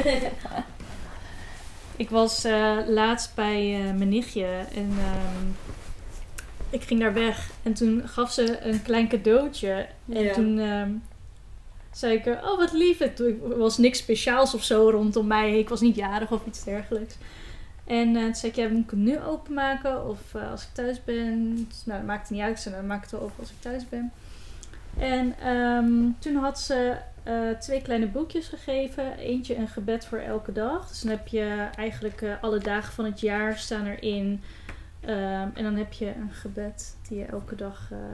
Ik was uh, laatst bij uh, mijn nichtje en um, ik ging daar weg. En toen gaf ze een klein cadeautje. En Ja. toen um, zei ik, er, oh wat lief. Het was niks speciaals of zo rondom mij. Ik was niet jarig of iets dergelijks. En uh, toen zei ik, ja, moet ik hem nu openmaken of uh, als ik thuis ben? Nou, dat maakte niet uit. Ik zei, nou, dan maak ik het wel open als ik thuis ben. En um, toen had ze uh, twee kleine boekjes gegeven. Eentje een gebed voor elke dag. Dus dan heb je eigenlijk uh, alle dagen van het jaar staan erin. Um, en dan heb je een gebed die je elke dag uh,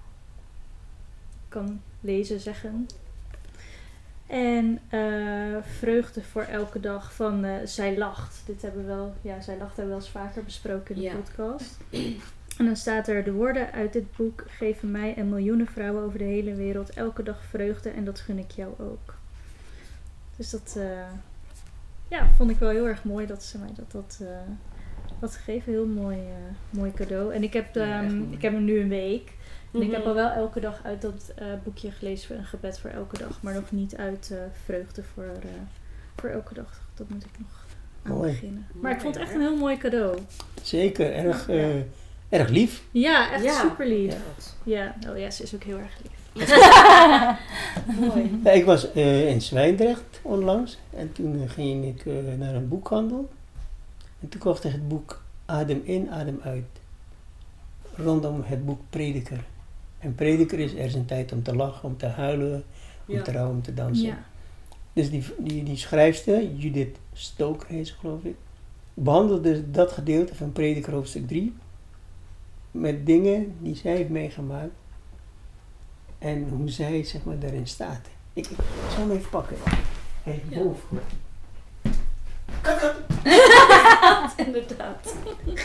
kan lezen, zeggen. En uh, vreugde voor elke dag van uh, Zij lacht. Dit hebben we wel, ja, Zij lacht hebben we wel eens vaker besproken in de Ja. podcast. En dan staat er, de woorden uit dit boek geven mij en miljoenen vrouwen over de hele wereld elke dag vreugde en dat gun ik jou ook. Dus dat uh, ja, vond ik wel heel erg mooi dat ze mij dat, dat uh, had gegeven. Heel mooi, uh, mooi cadeau. En ik heb, um, Ja, echt mooi. ik heb hem nu een week. En ik Mhm. heb al wel elke dag uit dat uh, boekje gelezen voor een gebed voor elke dag. Maar nog niet uit uh, vreugde voor, uh, voor elke dag. Dat moet ik nog aan Mooi. beginnen. Maar Mooi, ik vond het echt hoor. een heel mooi cadeau. Zeker, erg, uh, erg lief. Ja, echt Ja. super lief. Ja. Ja, oh ja, ze is ook heel erg lief. Mooi. Ja, ik was uh, in Zwijndrecht onlangs en toen uh, ging ik uh, naar een boekhandel. En toen kocht ik het boek Adem in, Adem uit. Rondom het boek Prediker. En Prediker is, er is een tijd om te lachen, om te huilen, om Ja. te rouwen, om te dansen. Ja. Dus die, die, die schrijfster, Judith Stoker heet ze geloof ik, behandelde dat gedeelte van Prediker hoofdstuk drie met dingen die zij heeft meegemaakt en hoe zij zeg maar daarin staat. Ik, ik zal hem even pakken. Hij is Ja. boven. Kat, kat. Inderdaad.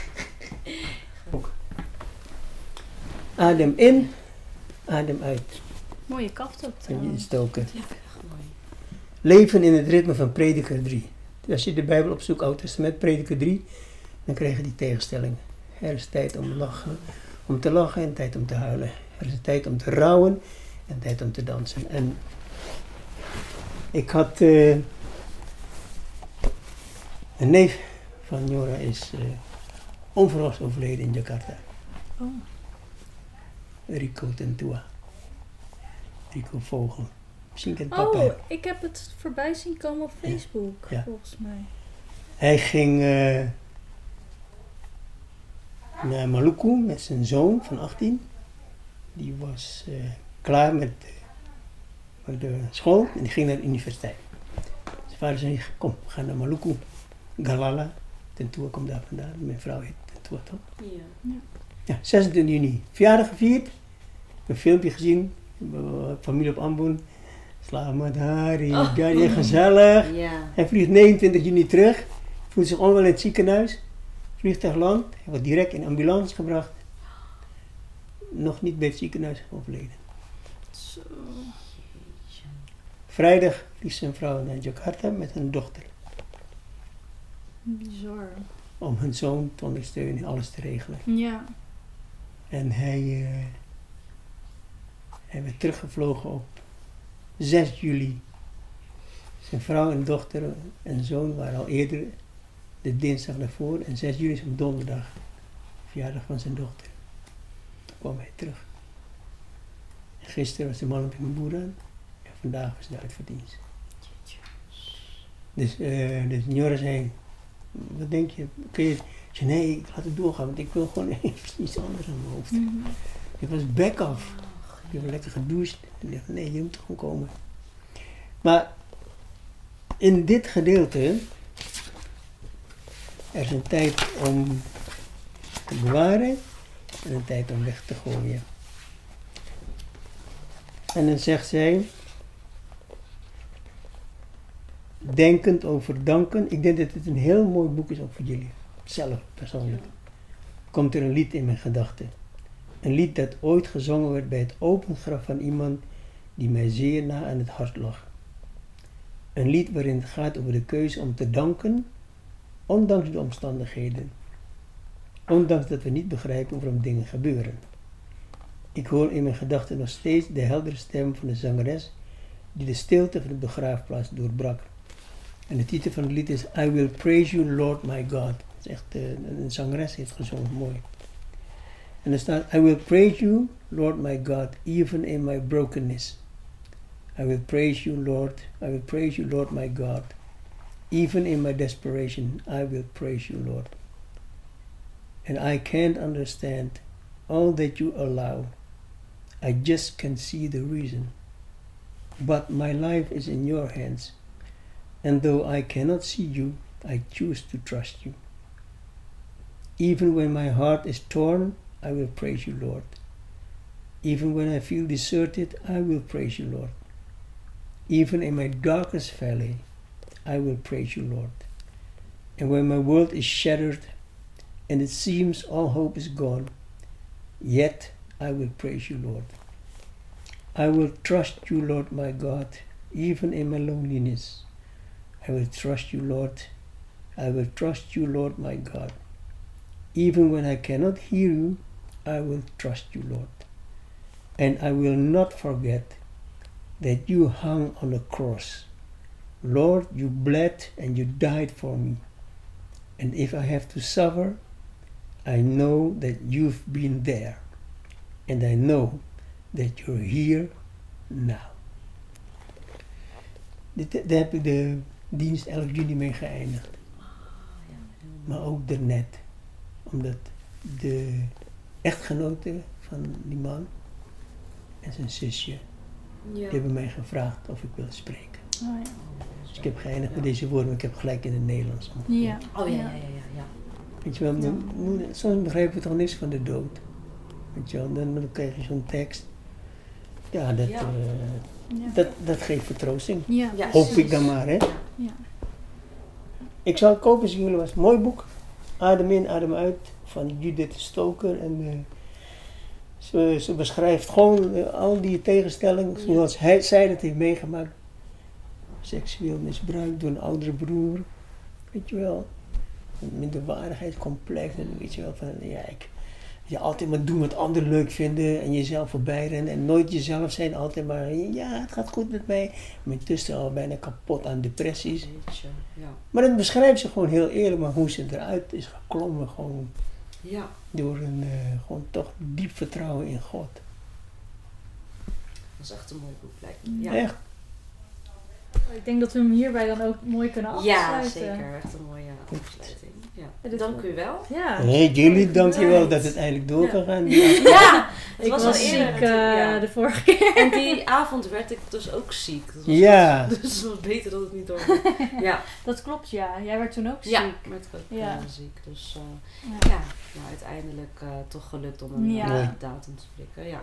Adem in, adem uit. Mooie kaft ook Van Judith trouwens. Stoker. Ja, echt mooi. Leven in het ritme van Prediker drie. Dus als je de Bijbel opzoekt, Oud Testament, Prediker drie, dan krijg je die tegenstelling. Er is tijd om, lachen, om te lachen en tijd om te huilen. Er is tijd om te rouwen en tijd om te dansen. En ik had uh, een neef van Jora is uh, onverwachts overleden in Jakarta. Oh. Rico Tentua. Rico Vogel. Misschien kent papa Oh, hem. ik heb het voorbij zien komen op Facebook, Ja. volgens mij. Hij ging uh, naar Maluku met zijn zoon van achttien. Die was uh, klaar met, uh, met de school en die ging naar de universiteit. Zijn vader zei, kom, we gaan naar Maluku. Galala, Tentua komt daar vandaan. Mijn vrouw heet Tentua toch? Ja. Ja, zesentwintig juni. Verjaardag gevierd. Een filmpje gezien. Familie op Ambon. Slamat Hari, Oh. Dari, gezellig. Ja. Hij vliegt negenentwintig juni terug. Voelt zich onwel in het ziekenhuis. Vliegtuig landt. Hij wordt direct in ambulance gebracht. Nog niet bij het ziekenhuis overleden. Zo. Vrijdag vliegt zijn vrouw naar Jakarta met hun dochter. Bizar. Om hun zoon te ondersteunen en alles te regelen. Ja. En hij, uh, hij werd teruggevlogen op zes juli. Zijn vrouw en dochter en zoon waren al eerder de dinsdag daarvoor. En zes juli is op donderdag, verjaardag van zijn dochter. Toen kwam hij terug. En gisteren was de man op mijn boer aan. En vandaag was de uitvaartdienst. Dus, uh, dus Njora zei, wat denk je? Kun je? Ik zei, nee, ik laat het doorgaan, want ik wil gewoon even iets anders aan mijn hoofd. Mm-hmm. Ik was back off. Ik heb lekker gedoucht. En ik dacht, nee, je moet toch gewoon komen. Maar in dit gedeelte, er is een tijd om te bewaren en een tijd om weg te gooien. En dan zegt zij, denkend over danken. Ik denk dat het een heel mooi boek is ook voor jullie. Zelf, persoonlijk. Komt er een lied in mijn gedachten. Een lied dat ooit gezongen werd bij het open graf van iemand die mij zeer na aan het hart lag. Een lied waarin het gaat over de keuze om te danken, ondanks de omstandigheden. Ondanks dat we niet begrijpen waarom dingen gebeuren. Ik hoor in mijn gedachten nog steeds de heldere stem van de zangeres die de stilte van de begraafplaats doorbrak. En de titel van het lied is I Will Praise You Lord My God. Dat is echt, uh, een zangeres heeft gezongen, mooi. En er staat, I will praise you, Lord my God, even in my brokenness. I will praise you, Lord, I will praise you, Lord my God. Even in my desperation, I will praise you, Lord. And I can't understand all that you allow. I just can't see the reason. But my life is in your hands. And though I cannot see you, I choose to trust you. Even when my heart is torn, I will praise you, Lord. Even when I feel deserted, I will praise you, Lord. Even in my darkest valley, I will praise you, Lord. And when my world is shattered and it seems all hope is gone, yet I will praise you, Lord. I will trust you, Lord my God, even in my loneliness. I will trust you, Lord. I will trust you, Lord my God. Even when I cannot hear you, I will trust you, Lord. And I will not forget that you hung on the cross. Lord, you bled and you died for me. And if I have to suffer, I know that you've been there. And I know that you're here now. Dit, daar heb ik de dienst elf juni mee geëindigd. Maar ook daarnet. Omdat de echtgenote van die man en zijn zusje, Ja. die hebben mij gevraagd of ik wil spreken. Oh, ja. Dus ik heb geëindigd met deze woorden, maar ik heb gelijk in het Nederlands. Ja. Oh ja, ja, ja, ja. ja. Weet je wel, Ja. dan, moet- soms begrijpen we toch niks van de dood. Weet je wel, dan, dan krijg je zo'n tekst. Ja, dat, Ja. eh, Ja. dat, dat geeft vertroosting. Ja. Ja. Hoop precies. ik dan maar, hè. Ja. Ik zal het kopen, zien jullie was. Mooi boek. Adem in, adem uit. Van Judith Stoker. En eh, ze, ze beschrijft gewoon eh, al die tegenstellingen. Zoals hij, zij dat heeft meegemaakt. Seksueel misbruik door een oudere broer. Weet je wel. Een minderwaardigheidscomplex. En weet je wel van, ja, ik... Je altijd maar doen wat anderen leuk vinden en jezelf voorbij rennen en nooit jezelf zijn. Altijd maar, ja, het gaat goed met mij. Maar intussen al bijna kapot aan depressies. Jeetje, ja. Maar dan beschrijft ze gewoon heel eerlijk, maar hoe ze eruit is geklommen. Gewoon Ja. door een eh, gewoon toch diep vertrouwen in God. Dat is echt een mooi boek, lijkt me. Ja, Echt. Ik denk dat we hem hierbij dan ook mooi kunnen afsluiten. ja zeker. Echt een mooie afsluiting. Ja. Ja, dit- Dank u wel. Ja. Hey, jullie, dankjewel Right. dat het eindelijk door kan gaan. Ja, het Ik was, was, al ziek eerder. eh, ja. de vorige keer. En die avond werd ik dus ook ziek. Dat was Ja. Dus het was beter dat het niet door. Ja, Dat klopt, ja. Jij werd toen ook ziek. ja, werd ik ook Ja. eh, ziek. Dus uh, Ja. ja, nou, uiteindelijk uh, toch gelukt om een Ja. uh, Mooi. datum te prikken. Ja.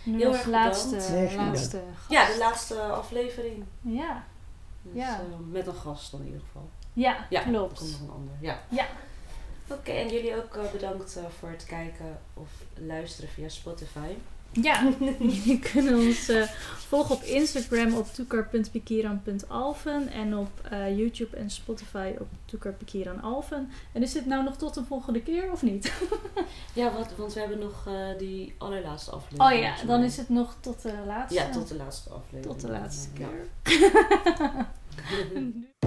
Nu Heel als erg laatste, bedankt. Nee, laatste gast. Ja, de laatste aflevering. Ja, Dus, Ja. eh, met een gast dan in ieder geval. ja, Ja, er klopt. komt nog een ander. Ja. Ja. Oké, en jullie ook eh, bedankt eh, voor het kijken of luisteren via Spotify. Ja, jullie kunnen ons uh, volgen op Instagram op toekar punt pikiran punt alphen en op uh, YouTube en Spotify op toekar pikiran alphen. En is dit nou nog tot een volgende keer of niet? Ja, wat, want we hebben nog uh, die allerlaatste aflevering. Oh ja, dan is het nog tot de laatste. Ja, tot de laatste aflevering. Tot de laatste Ja. keer.